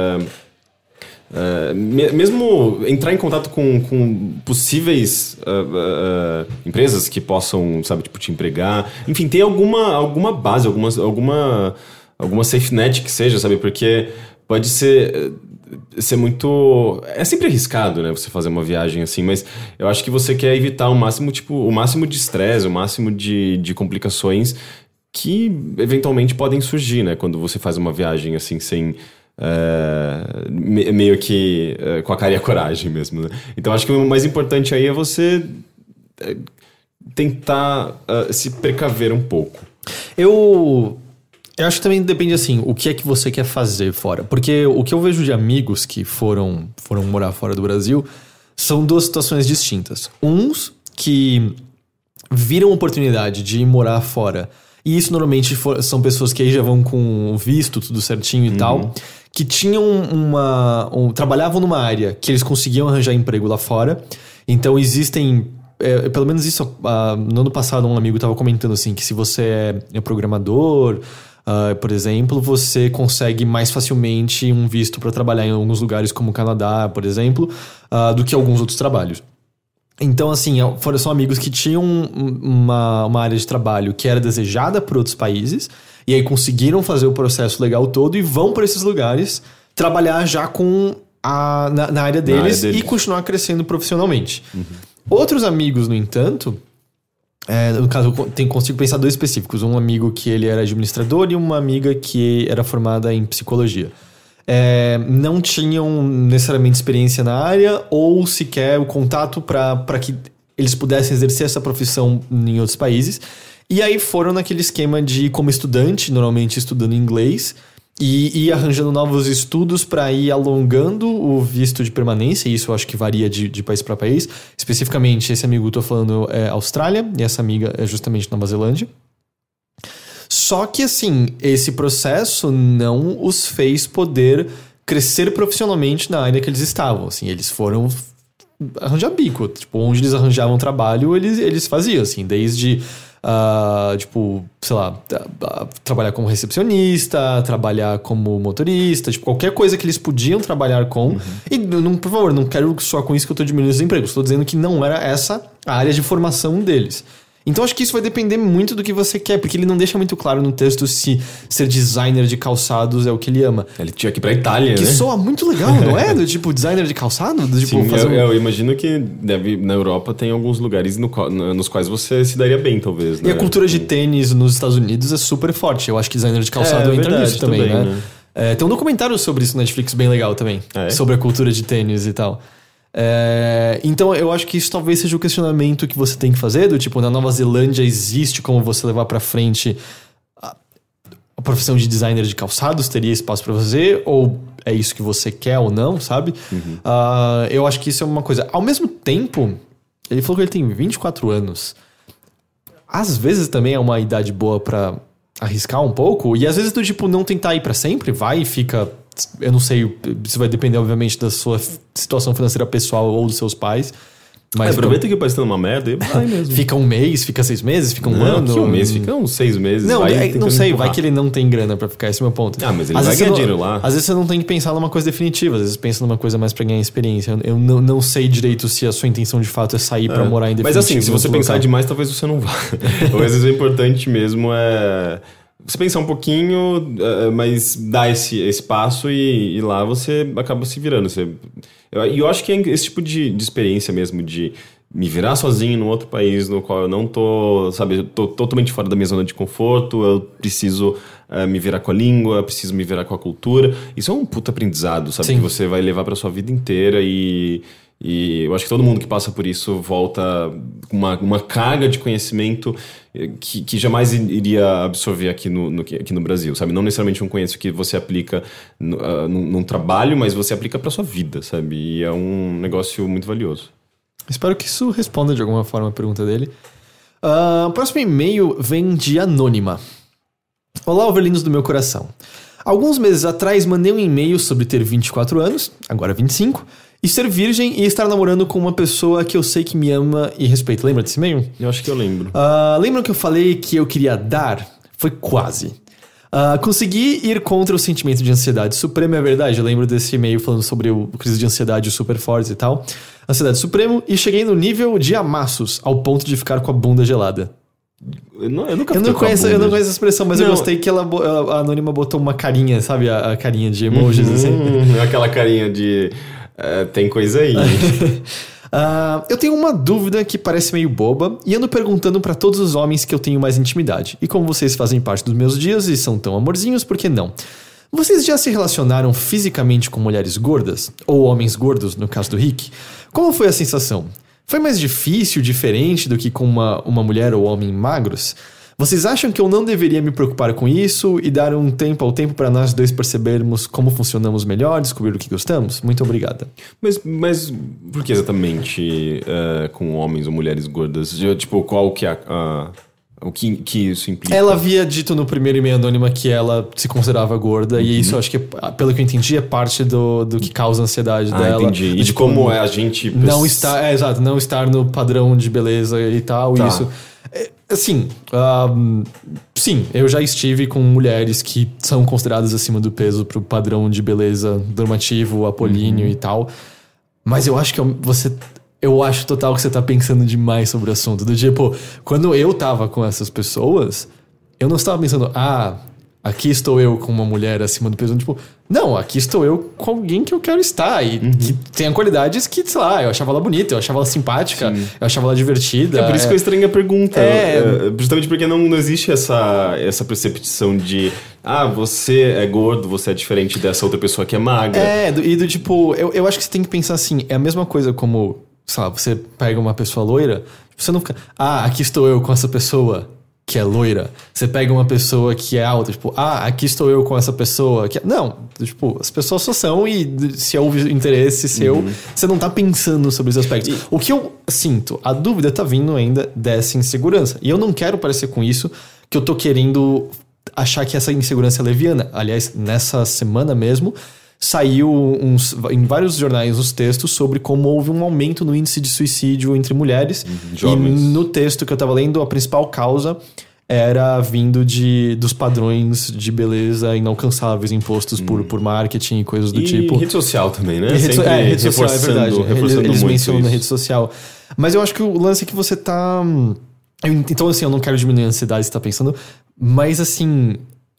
mesmo entrar em contato com possíveis empresas que possam, sabe, tipo, te empregar. Enfim, ter alguma base, alguma safe net que seja, sabe? Porque pode ser... ser muito... É sempre arriscado, né, você fazer uma viagem assim, mas eu acho que você quer evitar o máximo de estresse, o máximo de complicações que eventualmente podem surgir, né, quando você faz uma viagem assim, sem... meio que com a cara e a coragem mesmo, né? Então acho que o mais importante aí é você tentar se precaver um pouco. Eu acho que também depende, assim, o que é que você quer fazer fora. Porque o que eu vejo de amigos que foram morar fora do Brasil são duas situações distintas. Uns que viram a oportunidade de ir morar fora, e isso normalmente são pessoas que aí já vão com visto, tudo certinho e tal, que tinham trabalhavam numa área que eles conseguiam arranjar emprego lá fora. Então existem... pelo menos isso, no ano passado um amigo estava comentando assim, que se você é programador, por exemplo, você consegue mais facilmente um visto para trabalhar em alguns lugares como o Canadá, por exemplo, do que alguns outros trabalhos. Então, assim, são amigos que tinham uma área de trabalho que era desejada por outros países, e aí conseguiram fazer o processo legal todo e vão para esses lugares trabalhar já na área deles e continuar crescendo profissionalmente. Outros amigos, no entanto, no caso eu consigo pensar dois específicos. Um amigo que ele era administrador e uma amiga que era formada em psicologia. Não tinham necessariamente experiência na área ou sequer o contato para que eles pudessem exercer essa profissão em outros países. E aí foram naquele esquema de, como estudante, normalmente estudando inglês, e ir arranjando novos estudos para ir alongando o visto de permanência. E isso eu acho que varia de país para país. Especificamente, esse amigo que eu tô falando é Austrália, e essa amiga é justamente Nova Zelândia. Só que, assim, esse processo não os fez poder crescer profissionalmente na área que eles estavam. Assim, eles foram arranjar bico. Tipo, onde eles arranjavam trabalho, eles faziam, assim, desde... tipo, sei lá, trabalhar como recepcionista, trabalhar como motorista, tipo, qualquer coisa que eles podiam trabalhar com. E, por favor, não quero só com isso que eu tô diminuindo os empregos. Estou dizendo que não era essa a área de formação deles. Então acho que isso vai depender muito do que você quer, porque ele não deixa muito claro no texto se ser designer de calçados é o que ele ama. Ele tinha que ir pra Itália, que né? Que soa muito legal, não é? Do tipo, designer de calçado? Do, tipo, sim, eu imagino que na Europa tem alguns lugares nos quais você se daria bem, talvez, né? E a cultura de tênis nos Estados Unidos é super forte. Eu acho que designer de calçado entra nisso também, né? Tem um documentário sobre isso na Netflix bem legal também. Sobre a cultura de tênis e tal. Então eu acho que isso talvez seja o questionamento que você tem que fazer, do tipo, na Nova Zelândia existe como você levar pra frente a profissão de designer de calçados, teria espaço pra você, ou é isso que você quer ou não, sabe? Eu acho que isso é uma coisa. Ao mesmo tempo, ele falou que ele tem 24 anos. Às vezes também é uma idade boa pra arriscar um pouco, e às vezes do tipo, não tentar ir pra sempre, vai e fica... Eu não sei, isso vai depender obviamente da sua situação financeira pessoal ou dos seus pais. Mas aproveita que o país tá numa merda e vai mesmo. Fica um mês, fica 6 meses, fica um ano. Fica um mês, fica uns 6 meses. Não, não sei, vai que ele não tem grana pra ficar, esse é o meu ponto. Mas ele vai ganhar dinheiro lá. Às vezes você não tem que pensar numa coisa definitiva, às vezes pensa numa coisa mais pra ganhar experiência. Eu não sei direito se a sua intenção de fato é sair pra morar em definitivo. Mas assim, se você pensar demais, talvez você não vá. Ou às vezes o importante mesmo é... você pensar um pouquinho, mas dar esse passo e lá você acaba se virando. E eu acho que é esse tipo de experiência mesmo, de me virar sozinho num outro país no qual eu não tô, sabe, eu tô totalmente fora da minha zona de conforto, eu preciso me virar com a língua, preciso me virar com a cultura. Isso é um puta aprendizado, sabe? Sim. Que você vai levar pra sua vida inteira e eu acho que todo mundo que passa por isso volta com uma carga de conhecimento que jamais iria absorver aqui no Brasil, sabe? Não necessariamente um conhecimento que você aplica num trabalho, mas você aplica pra sua vida, sabe? E é um negócio muito valioso. Espero que isso responda de alguma forma a pergunta dele. O próximo e-mail vem de Anônima. Olá, overlindos do meu coração. Alguns meses atrás mandei um e-mail sobre ter 24 anos, agora 25... e ser virgem e estar namorando com uma pessoa que eu sei que me ama e respeita. Lembra desse e-mail? Eu acho que eu lembro. Lembram que eu falei que eu queria dar? Foi quase. Consegui ir contra o sentimento de ansiedade suprema, é verdade. Eu lembro desse e-mail falando sobre o crise de ansiedade super forte e tal. Ansiedade supremo, e cheguei no nível de amassos, ao ponto de ficar com a bunda gelada. Eu nunca Eu não conheço essa expressão, mas Não. eu gostei que a Anônima botou uma carinha, sabe? A carinha de emojis, assim. Aquela carinha de... tem coisa aí. Eu tenho uma dúvida que parece meio boba e ando perguntando pra todos os homens que eu tenho mais intimidade. E como vocês fazem parte dos meus dias e são tão amorzinhos, por que não? Vocês já se relacionaram fisicamente com mulheres gordas? Ou homens gordos, no caso do Rick? Como foi a sensação? Foi mais difícil, diferente do que com uma mulher ou homem magros? Vocês acham que eu não deveria me preocupar com isso e dar um tempo ao tempo para nós dois percebermos como funcionamos melhor, descobrir o que gostamos? Muito obrigada. Mas por que exatamente com homens ou mulheres gordas? Tipo, qual que é o que isso implica? Ela havia dito no primeiro e-mail anônima que ela se considerava gorda, e isso eu acho que, pelo que eu entendi, é parte do que causa a ansiedade dela. Entendi. E de como é a gente... Não estar, exato, não estar no padrão de beleza e tal, Tá. isso... Assim, sim, eu já estive com mulheres que são consideradas acima do peso pro padrão de beleza normativo, apolíneo e tal, mas eu acho que eu acho total que você tá pensando demais sobre o assunto. Do tipo, quando eu tava com essas pessoas, eu não estava pensando, aqui estou eu com uma mulher acima do peso. Tipo, não, aqui estou eu com alguém que eu quero estar. E que tem qualidades que, sei lá, eu achava ela bonita, eu achava ela simpática, eu achava ela divertida. É por isso que eu estranho a pergunta. Justamente porque não existe essa percepção de você é gordo, você é diferente dessa outra pessoa que é magra. Do tipo, eu acho que você tem que pensar assim, é a mesma coisa como, sei lá, você pega uma pessoa loira, você não fica, aqui estou eu com essa pessoa que é loira. Você pega uma pessoa que é alta, tipo, aqui estou eu com essa pessoa que é... Não, tipo, as pessoas só são e se houve interesse seu, você não tá pensando sobre esses aspectos. O que eu sinto, a dúvida tá vindo ainda dessa insegurança. E eu não quero parecer com isso que eu tô querendo achar que essa insegurança é leviana. Aliás, nessa semana mesmo, saiu em vários jornais os textos sobre como houve um aumento no índice de suicídio entre mulheres. Jovens. E no texto que eu tava lendo, a principal causa era vindo dos padrões de beleza inalcançáveis impostos por marketing e coisas do tipo. E rede social também, né? Rede social, é verdade. Reforçando Eles muito mencionam isso. na rede social. Mas eu acho que o lance é que você tá... Então, assim, eu não quero diminuir a ansiedade que você tá pensando, mas, assim...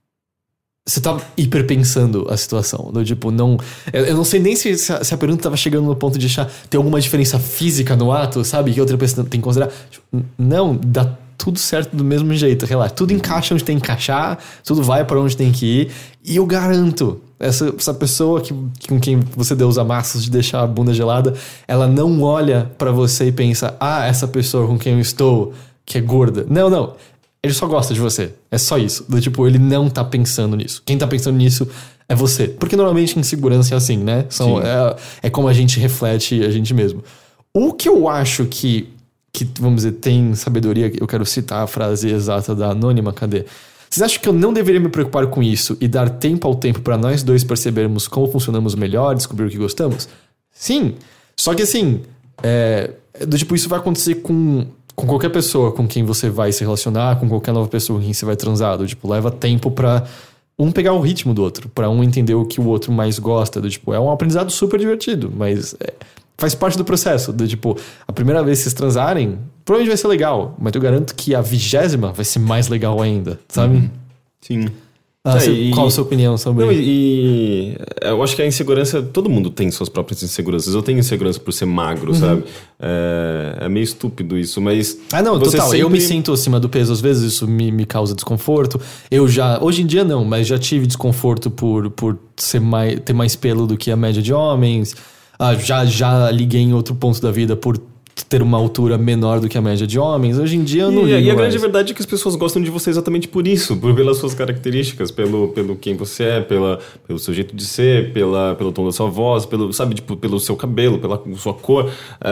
Você tá hiperpensando a situação. Do tipo, não... Eu não sei nem se a pergunta tava chegando no ponto de achar... Tem alguma diferença física no ato, sabe? Que outra pessoa tem que considerar. Tipo, não, dá tudo certo do mesmo jeito. Relaxa. Tudo encaixa onde tem que encaixar. Tudo vai pra onde tem que ir. E eu garanto... Essa pessoa com quem você deu os amassos de deixar a bunda gelada... Ela não olha pra você e pensa... essa pessoa com quem eu estou... Que é gorda. Não. Ele só gosta de você. É só isso. Do tipo, ele não tá pensando nisso. Quem tá pensando nisso é você. Porque normalmente insegurança é assim, né? É como a gente reflete a gente mesmo. O que eu acho que, vamos dizer, tem sabedoria... Eu quero citar a frase exata da Anônima, cadê? Vocês acham que eu não deveria me preocupar com isso e dar tempo ao tempo pra nós dois percebermos como funcionamos melhor, descobrir o que gostamos? Sim. Só que assim... do tipo, isso vai acontecer com qualquer pessoa com quem você vai se relacionar, com qualquer nova pessoa com quem você vai transar. Do tipo, leva tempo pra um pegar o ritmo do outro, pra um entender o que o outro mais gosta. Do tipo, é um aprendizado super divertido, mas faz parte do processo. Do tipo, a primeira vez que vocês transarem, provavelmente vai ser legal, mas eu garanto que a 20ª vai ser mais legal ainda, sabe? Sim. Qual a sua opinião sobre isso? E eu acho que a insegurança... Todo mundo tem suas próprias inseguranças. Eu tenho insegurança por ser magro, sabe? É meio estúpido isso, mas... Não, total. Eu me sinto acima do peso às vezes, isso me causa desconforto. Hoje em dia não, mas já tive desconforto por ter mais pelo do que a média de homens. Já liguei em outro ponto da vida por ter uma altura menor do que a média de homens. Hoje em dia eu não ligo E a mais. grande verdade é que as pessoas gostam de você exatamente por isso, pelas suas características, pelo quem você é, pelo seu jeito de ser, pelo tom da sua voz, pelo seu cabelo, pela sua cor.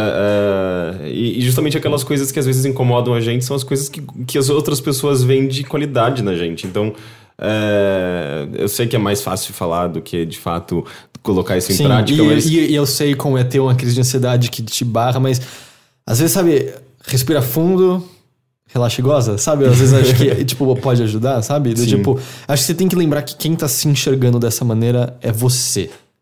E justamente aquelas coisas que às vezes incomodam a gente são as coisas que as outras pessoas veem de qualidade na gente. Então, eu sei que é mais fácil falar do que, de fato, colocar isso em prática. E eu sei como é ter uma crise de ansiedade que te barra, mas às vezes, sabe, respira fundo, relaxa e goza, sabe? Às vezes acho que, tipo, pode ajudar, sabe? Tipo, acho que você tem que lembrar que quem tá se enxergando dessa maneira é você.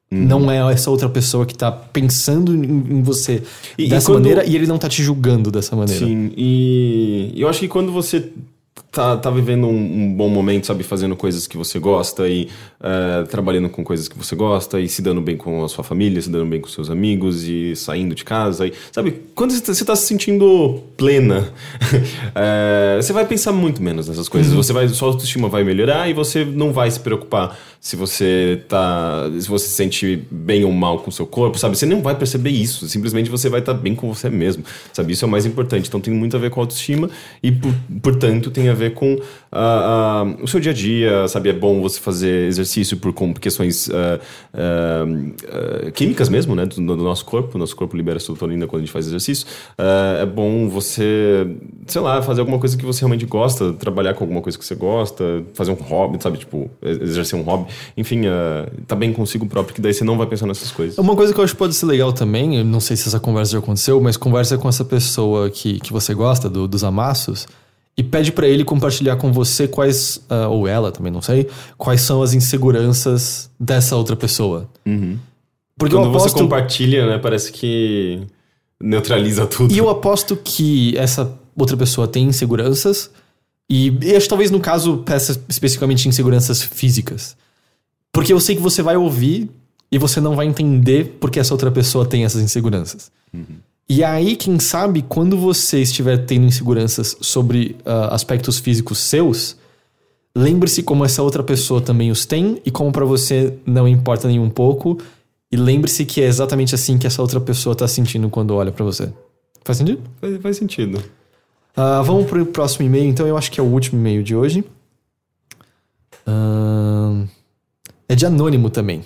Não é essa outra pessoa que tá pensando em você dessa maneira e ele não tá te julgando dessa maneira. Sim, e eu acho que quando você tá vivendo um bom momento, sabe, fazendo coisas que você gosta e trabalhando com coisas que você gosta e se dando bem com a sua família, se dando bem com seus amigos e saindo de casa, e, sabe, quando você tá se sentindo plena, você vai pensar muito menos nessas coisas, sua autoestima vai melhorar e você não vai se preocupar se você se sente bem ou mal com o seu corpo, sabe, você não vai perceber isso, simplesmente você vai estar bem com você mesmo, sabe, isso é o mais importante, então tem muito a ver com a autoestima e, portanto, tem a ver com o seu dia a dia, sabe? É bom você fazer exercício por questões químicas mesmo, né? Do nosso corpo. O nosso corpo libera serotonina quando a gente faz exercício. É bom você, sei lá, fazer alguma coisa que você realmente gosta, trabalhar com alguma coisa que você gosta, fazer um hobby, sabe? Tipo, exercer um hobby. Enfim, tá bem consigo próprio, que daí você não vai pensar nessas coisas. Uma coisa que eu acho que pode ser legal também, eu não sei se essa conversa já aconteceu, mas conversa com essa pessoa que você gosta, dos amassos, e pede pra ele compartilhar com você quais, ou ela também, não sei, quais são as inseguranças dessa outra pessoa. Porque quando você compartilha, né, parece que neutraliza tudo. E eu aposto que essa outra pessoa tem inseguranças, e acho que talvez no caso peça especificamente inseguranças físicas. Porque eu sei que você vai ouvir e você não vai entender porque essa outra pessoa tem essas inseguranças. E aí, quem sabe, quando você estiver tendo inseguranças sobre aspectos físicos seus, lembre-se como essa outra pessoa também os tem e como pra você não importa nem um pouco. E lembre-se que é exatamente assim que essa outra pessoa tá sentindo quando olha pra você. Faz sentido? Faz sentido. Vamos pro próximo e-mail, então. Eu acho que é o último e-mail de hoje. É de anônimo também.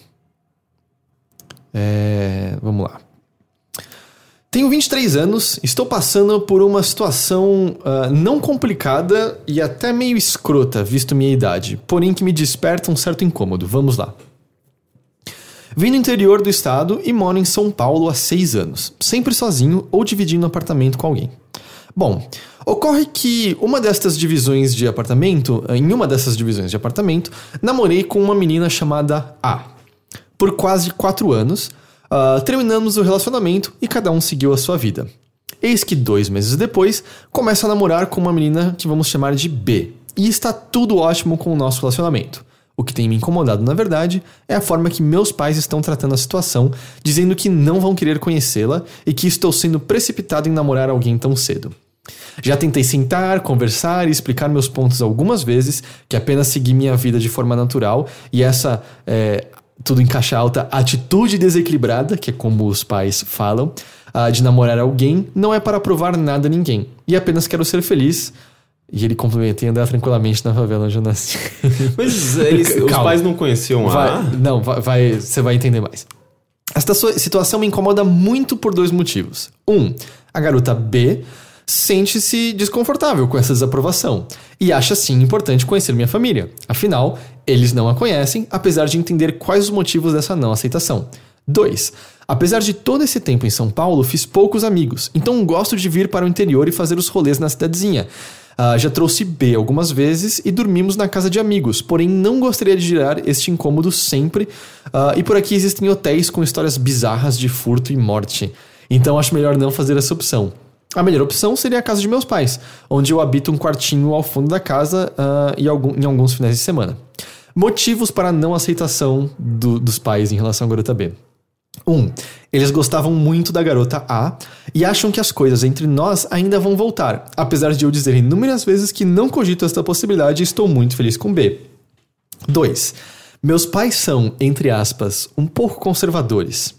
Vamos lá. Tenho 23 anos, estou passando por uma situação não complicada e até meio escrota, visto minha idade, porém que me desperta um certo incômodo. Vamos lá. Vim do interior do estado e moro em São Paulo há 6 anos, sempre sozinho ou dividindo apartamento com alguém. Bom, ocorre que em uma dessas divisões de apartamento, namorei com uma menina chamada A. Por quase 4 anos... terminamos o relacionamento e cada um seguiu a sua vida. Eis que 2 meses depois, começo a namorar com uma menina que vamos chamar de B. E está tudo ótimo com o nosso relacionamento. O que tem me incomodado, na verdade, é a forma que meus pais estão tratando a situação, dizendo que não vão querer conhecê-la e que estou sendo precipitado em namorar alguém tão cedo. Já tentei sentar, conversar e explicar meus pontos algumas vezes, que apenas segui minha vida de forma natural e essa... tudo em caixa alta, atitude desequilibrada, que é como os pais falam, de namorar alguém, não é para provar nada a ninguém. E apenas quero ser feliz. E ele complementa e andar tranquilamente na favela onde eu nasci. Mas os pais não conheciam a... Não, você vai entender mais. Esta situação me incomoda muito por 2 motivos. A garota B sente-se desconfortável com essa desaprovação e acha sim importante conhecer minha família. Afinal, eles não a conhecem, apesar de entender quais os motivos dessa não aceitação. 2. Apesar de todo esse tempo em São Paulo, fiz poucos amigos, então gosto de vir para o interior e fazer os rolês na cidadezinha. Já trouxe B algumas vezes e dormimos na casa de amigos, porém não gostaria de gerar este incômodo sempre, e por aqui existem hotéis com histórias bizarras de furto e morte. Então acho melhor não fazer essa opção. A melhor opção seria a casa de meus pais, onde eu habito um quartinho ao fundo da casa em alguns finais de semana. Motivos para a não aceitação dos pais em relação à garota B. 1. Eles gostavam muito da garota A e acham que as coisas entre nós ainda vão voltar, apesar de eu dizer inúmeras vezes que não cogito esta possibilidade e estou muito feliz com B. 2. Meus pais são, entre aspas, um pouco conservadores.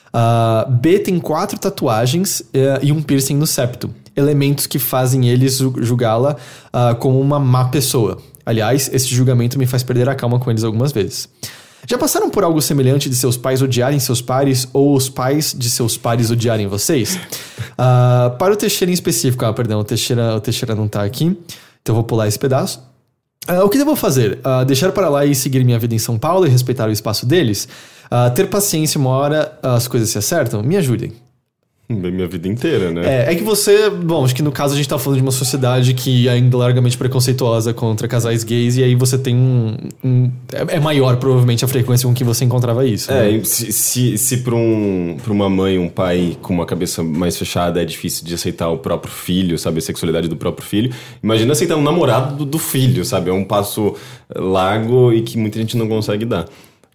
B tem 4 tatuagens e um piercing no septo, elementos que fazem eles julgá-la como uma má pessoa. Aliás, esse julgamento me faz perder a calma com eles algumas vezes. Já passaram por algo semelhante de seus pais odiarem seus pares ou os pais de seus pares odiarem vocês? Para o Teixeira em específico, o Teixeira não tá aqui, então eu vou pular esse pedaço. O que devo fazer? Deixar para lá e seguir minha vida em São Paulo e respeitar o espaço deles? Ter paciência, uma hora as coisas se acertam? Me ajudem. Minha vida inteira, né? É que você... Bom, acho que no caso a gente tá falando de uma sociedade que é ainda largamente preconceituosa contra casais gays, e aí você tem é maior, provavelmente, a frequência com que você encontrava isso. É, né? se pra uma mãe, um pai com uma cabeça mais fechada é difícil de aceitar o próprio filho, sabe? A sexualidade do próprio filho. Imagina aceitar um namorado do filho, sabe? É um passo largo e que muita gente não consegue dar.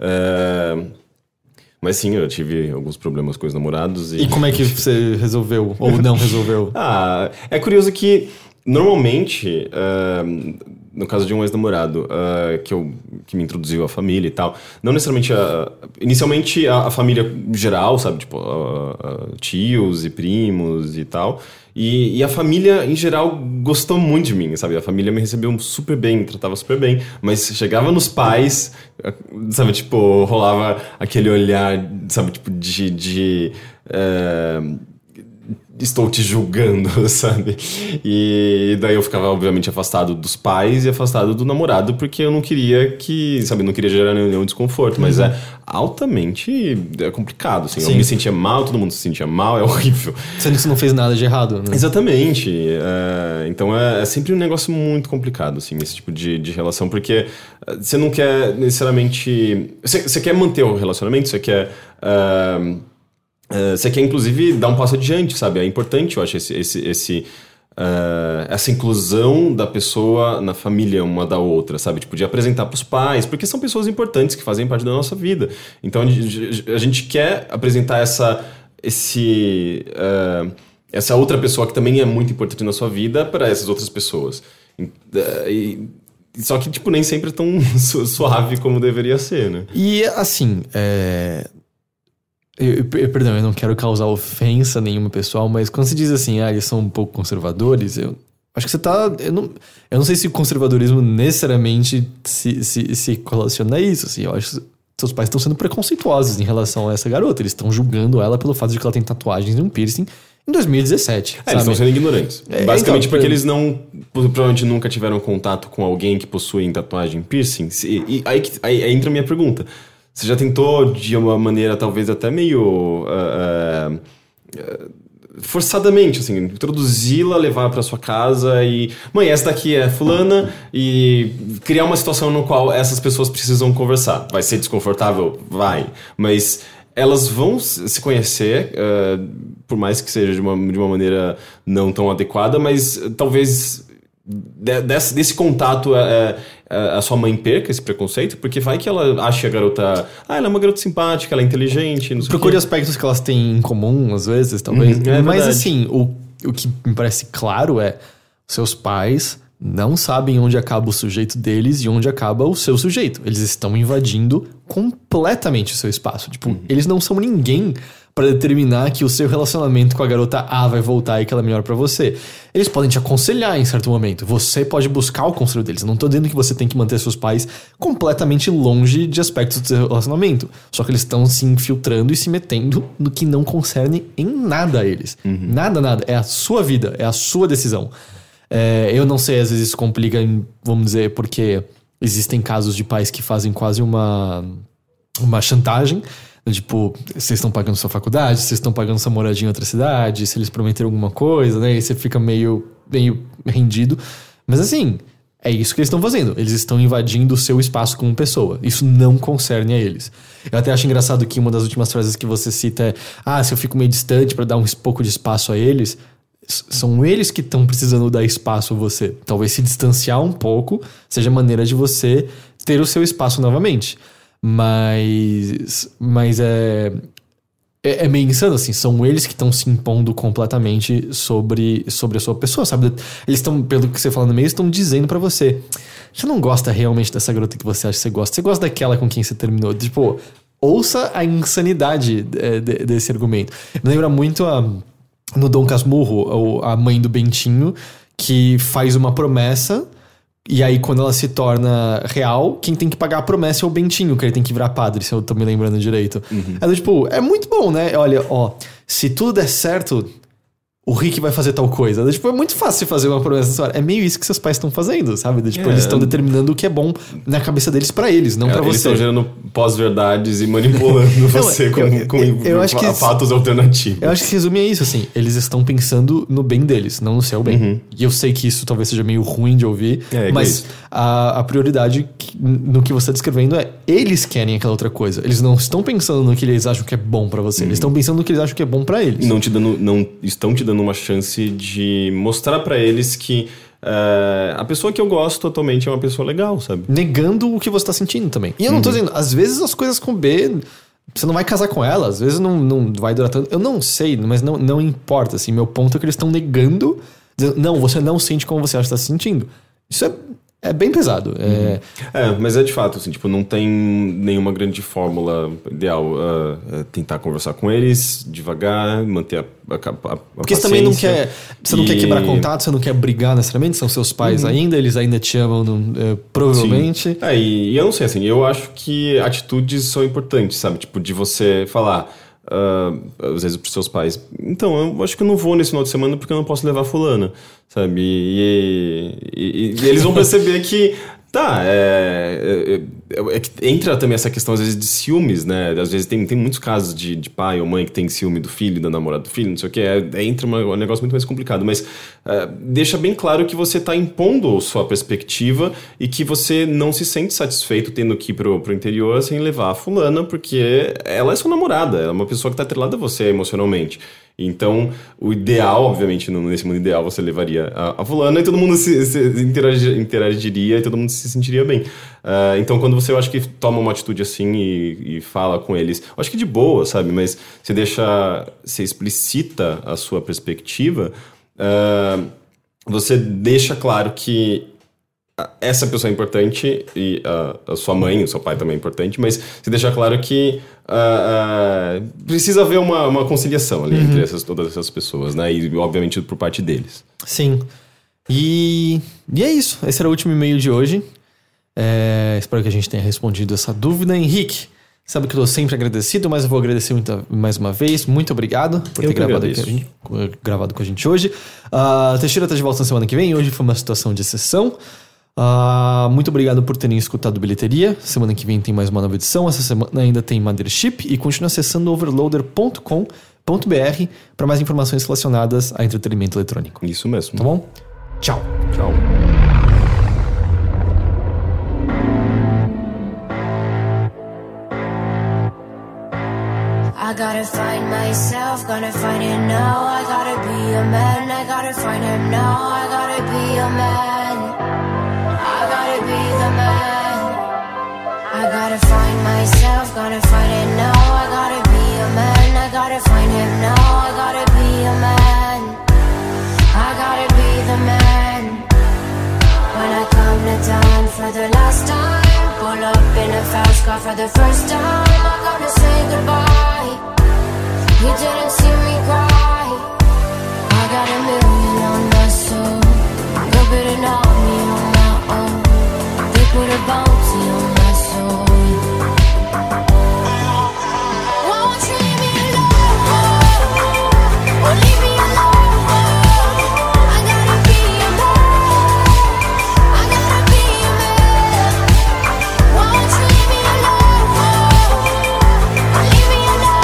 Mas sim, eu tive alguns problemas com os namorados. E como é que você resolveu? Ou não resolveu? É curioso que, normalmente, no caso de um ex-namorado, que me introduziu à família e tal, não necessariamente... inicialmente, a família geral, sabe? Tipo, tios e primos e tal. E a família, em geral, gostou muito de mim, sabe? A família me recebeu super bem, me tratava super bem. Mas chegava nos pais, sabe? Tipo, rolava aquele olhar, sabe? Tipo, estou te julgando, sabe? E daí eu ficava, obviamente, afastado dos pais e afastado do namorado, porque eu não queria não queria gerar nenhum desconforto. Mas é altamente complicado, assim. Sim. Eu me sentia mal, todo mundo se sentia mal, é horrível. Sendo que você não fez nada de errado, né? Exatamente. Então é sempre um negócio muito complicado, assim, esse tipo de relação, porque você não quer necessariamente... Você quer manter o relacionamento, você quer... você quer, inclusive, dar um passo adiante, sabe? É importante, eu acho, essa inclusão da pessoa na família uma da outra, sabe? Tipo, de apresentar pros pais, porque são pessoas importantes que fazem parte da nossa vida. Então, a gente quer apresentar essa outra pessoa que também é muito importante na sua vida para essas outras pessoas. Só que, tipo, nem sempre é tão suave como deveria ser, né? E, assim, perdão, eu não quero causar ofensa nenhuma pessoal, mas quando você diz assim, eles são um pouco conservadores, eu acho que você tá... Eu não sei se o conservadorismo necessariamente se relaciona a isso, assim. Eu acho que seus pais estão sendo preconceituosos em relação a essa garota. Eles estão julgando ela pelo fato de que ela tem tatuagens e um piercing em 2017. Eles estão sendo ignorantes. Basicamente então, porque eles provavelmente nunca tiveram contato com alguém que possui tatuagem, piercing. E aí entra a minha pergunta. Você já tentou, de uma maneira talvez até meio forçadamente, assim, introduzi-la, levar pra sua casa e... Mãe, essa daqui é fulana, e criar uma situação no qual essas pessoas precisam conversar. Vai ser desconfortável? Vai. Mas elas vão se conhecer, por mais que seja de uma maneira não tão adequada, mas talvez... Desse contato a sua mãe perca esse preconceito, porque vai que ela ache a garota... ela é uma garota simpática, ela é inteligente, não sei. Procure aspectos que elas têm em comum, às vezes, talvez. Mas assim, o que me parece claro é... Seus pais não sabem onde acaba o sujeito deles e onde acaba o seu sujeito. Eles estão invadindo completamente o seu espaço. Tipo, eles não são ninguém para determinar que o seu relacionamento com a garota A vai voltar e que ela é melhor pra você. Eles podem te aconselhar em certo momento. Você pode buscar o conselho deles. Eu não tô dizendo que você tem que manter seus pais completamente longe de aspectos do seu relacionamento. Só que eles estão se infiltrando e se metendo no que não concerne em nada a eles. Nada. É a sua vida, é a sua decisão. Eu não sei, às vezes isso complica, vamos dizer, porque existem casos de pais que fazem quase uma chantagem. Tipo, vocês estão pagando sua faculdade, vocês estão pagando sua moradia em outra cidade, se eles prometeram alguma coisa, né? E você fica meio rendido. Mas assim, é isso que eles estão fazendo. Eles estão invadindo o seu espaço como pessoa. Isso não concerne a eles. Eu até acho engraçado que uma das últimas frases que você cita é: se eu fico meio distante pra dar um pouco de espaço a eles... São eles que estão precisando dar espaço a você. Talvez se distanciar um pouco seja a maneira de você ter o seu espaço novamente. Mas é meio insano, assim. São eles que estão se impondo completamente sobre a sua pessoa, sabe? Eles estão, pelo que você fala no meio, estão dizendo pra você: você não gosta realmente dessa garota que você acha que você gosta. Você gosta daquela com quem você terminou. Tipo, ouça a insanidade desse argumento. Me lembra muito no Dom Casmurro, a mãe do Bentinho, que faz uma promessa, e aí quando ela se torna real, quem tem que pagar a promessa é o Bentinho, que ele tem que virar padre, se eu tô me lembrando direito. É muito bom, né? Olha, se tudo der certo, o Rick vai fazer tal coisa. Tipo, é muito fácil fazer uma promessa nessa hora. É meio isso que seus pais estão fazendo, sabe? Tipo, eles estão determinando o que é bom na cabeça deles pra eles, não pra você. Eles estão gerando pós-verdades e manipulando você com fatos alternativos. Eu acho que resume a isso, assim. Eles estão pensando no bem deles, não no seu bem. E eu sei que isso talvez seja meio ruim de ouvir, mas a prioridade no que você está descrevendo é eles querem aquela outra coisa. Eles não estão pensando no que eles acham que é bom pra você. Eles estão pensando no que eles acham que é bom pra eles. Não estão te dando uma chance de mostrar pra eles que a pessoa que eu gosto atualmente é uma pessoa legal, sabe? Negando o que você tá sentindo também. E eu não tô dizendo, às vezes as coisas com B, você não vai casar com ela, às vezes não vai durar tanto. Eu não sei, mas não importa, assim. Meu ponto é que eles estão negando, dizendo, não, você não sente como você acha que tá se sentindo. Isso é bem pesado. Mas é de fato, assim, tipo, não tem nenhuma grande fórmula ideal. Tentar conversar com eles devagar, manter a porque você também não quer. Você não quer quebrar contato, você não quer brigar necessariamente, são seus pais ainda, eles ainda te amam, provavelmente. E eu não sei, assim, eu acho que atitudes são importantes, sabe? Tipo, de você falar. Às vezes pros seus pais, então, eu acho que eu não vou nesse final de semana porque eu não posso levar fulana, sabe? E eles vão perceber que que entra também essa questão às vezes de ciúmes, né? Às vezes tem muitos casos de pai ou mãe que tem ciúme do filho, da namorada do filho, não sei o que, entra um negócio muito mais complicado, mas deixa bem claro que você tá impondo sua perspectiva e que você não se sente satisfeito tendo que ir pro interior sem levar a fulana, porque ela é sua namorada, ela é uma pessoa que tá atrelada a você emocionalmente. Então, o ideal, obviamente, nesse mundo ideal, você levaria a fulana e todo mundo se interagiria e todo mundo se sentiria bem. Então, quando você, eu acho que toma uma atitude assim e fala com eles, eu acho que de boa, sabe? Mas você explicita a sua perspectiva, você deixa claro que essa pessoa é importante e a sua mãe, o seu pai também é importante, mas você deixa claro que precisa haver uma conciliação ali entre todas essas pessoas, né? E obviamente por parte deles. Sim. E é isso. Esse era o último e-mail de hoje. Espero que a gente tenha respondido essa dúvida. Henrique, sabe que eu tô sempre agradecido, mas eu vou agradecer mais uma vez. Muito obrigado por ter gravado com a gente hoje. Teixeira tá de volta na semana que vem. Hoje foi uma situação de exceção. Muito obrigado por terem escutado Bilheteria. Semana que vem tem mais uma nova edição. Essa semana ainda tem Mothership. E continue acessando overloader.com.br para mais informações relacionadas a entretenimento eletrônico. Isso mesmo. Tá bom? Tchau. Tchau. I gotta find myself, gonna find it now. I gotta be a man, I gotta find him now. I gotta be a man, I gotta be the man. I gotta find myself, gonna find it now. I gotta be a man, I gotta find him now. I gotta be a man, I gotta be the man. When I come to town for the last time, pull up in a fast car for the first time, I'm gonna say goodbye. You didn't see me cry. I got a million on my soul. You're bidding on me on my own. They put a bounty on my soul. Won't you leave me alone? Or leave me alone? I gotta be a man. I gotta be a man. Won't you leave me alone? Or leave me alone?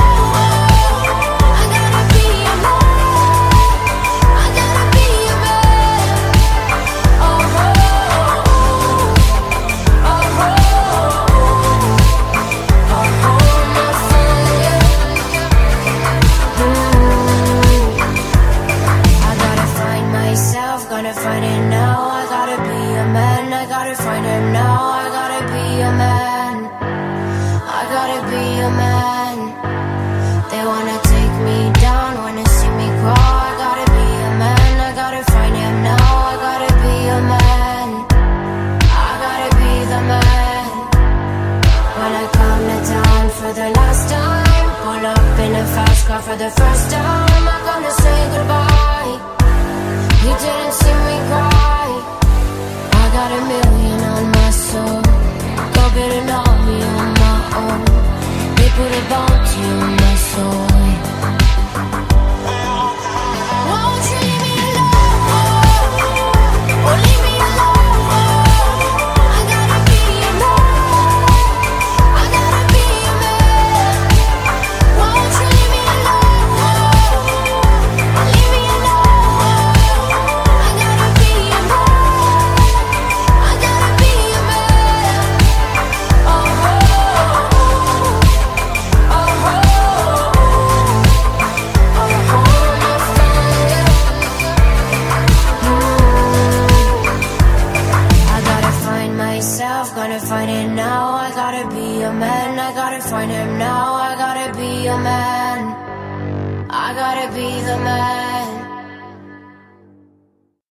For the first time, I'm gonna say goodbye. You didn't see me cry. I got a million on my soul. Go bidding on me on my own. They put a bounty on my soul. Won't gonna find it now. I gotta be a man, I gotta find him now. I gotta be a man, I gotta be the man.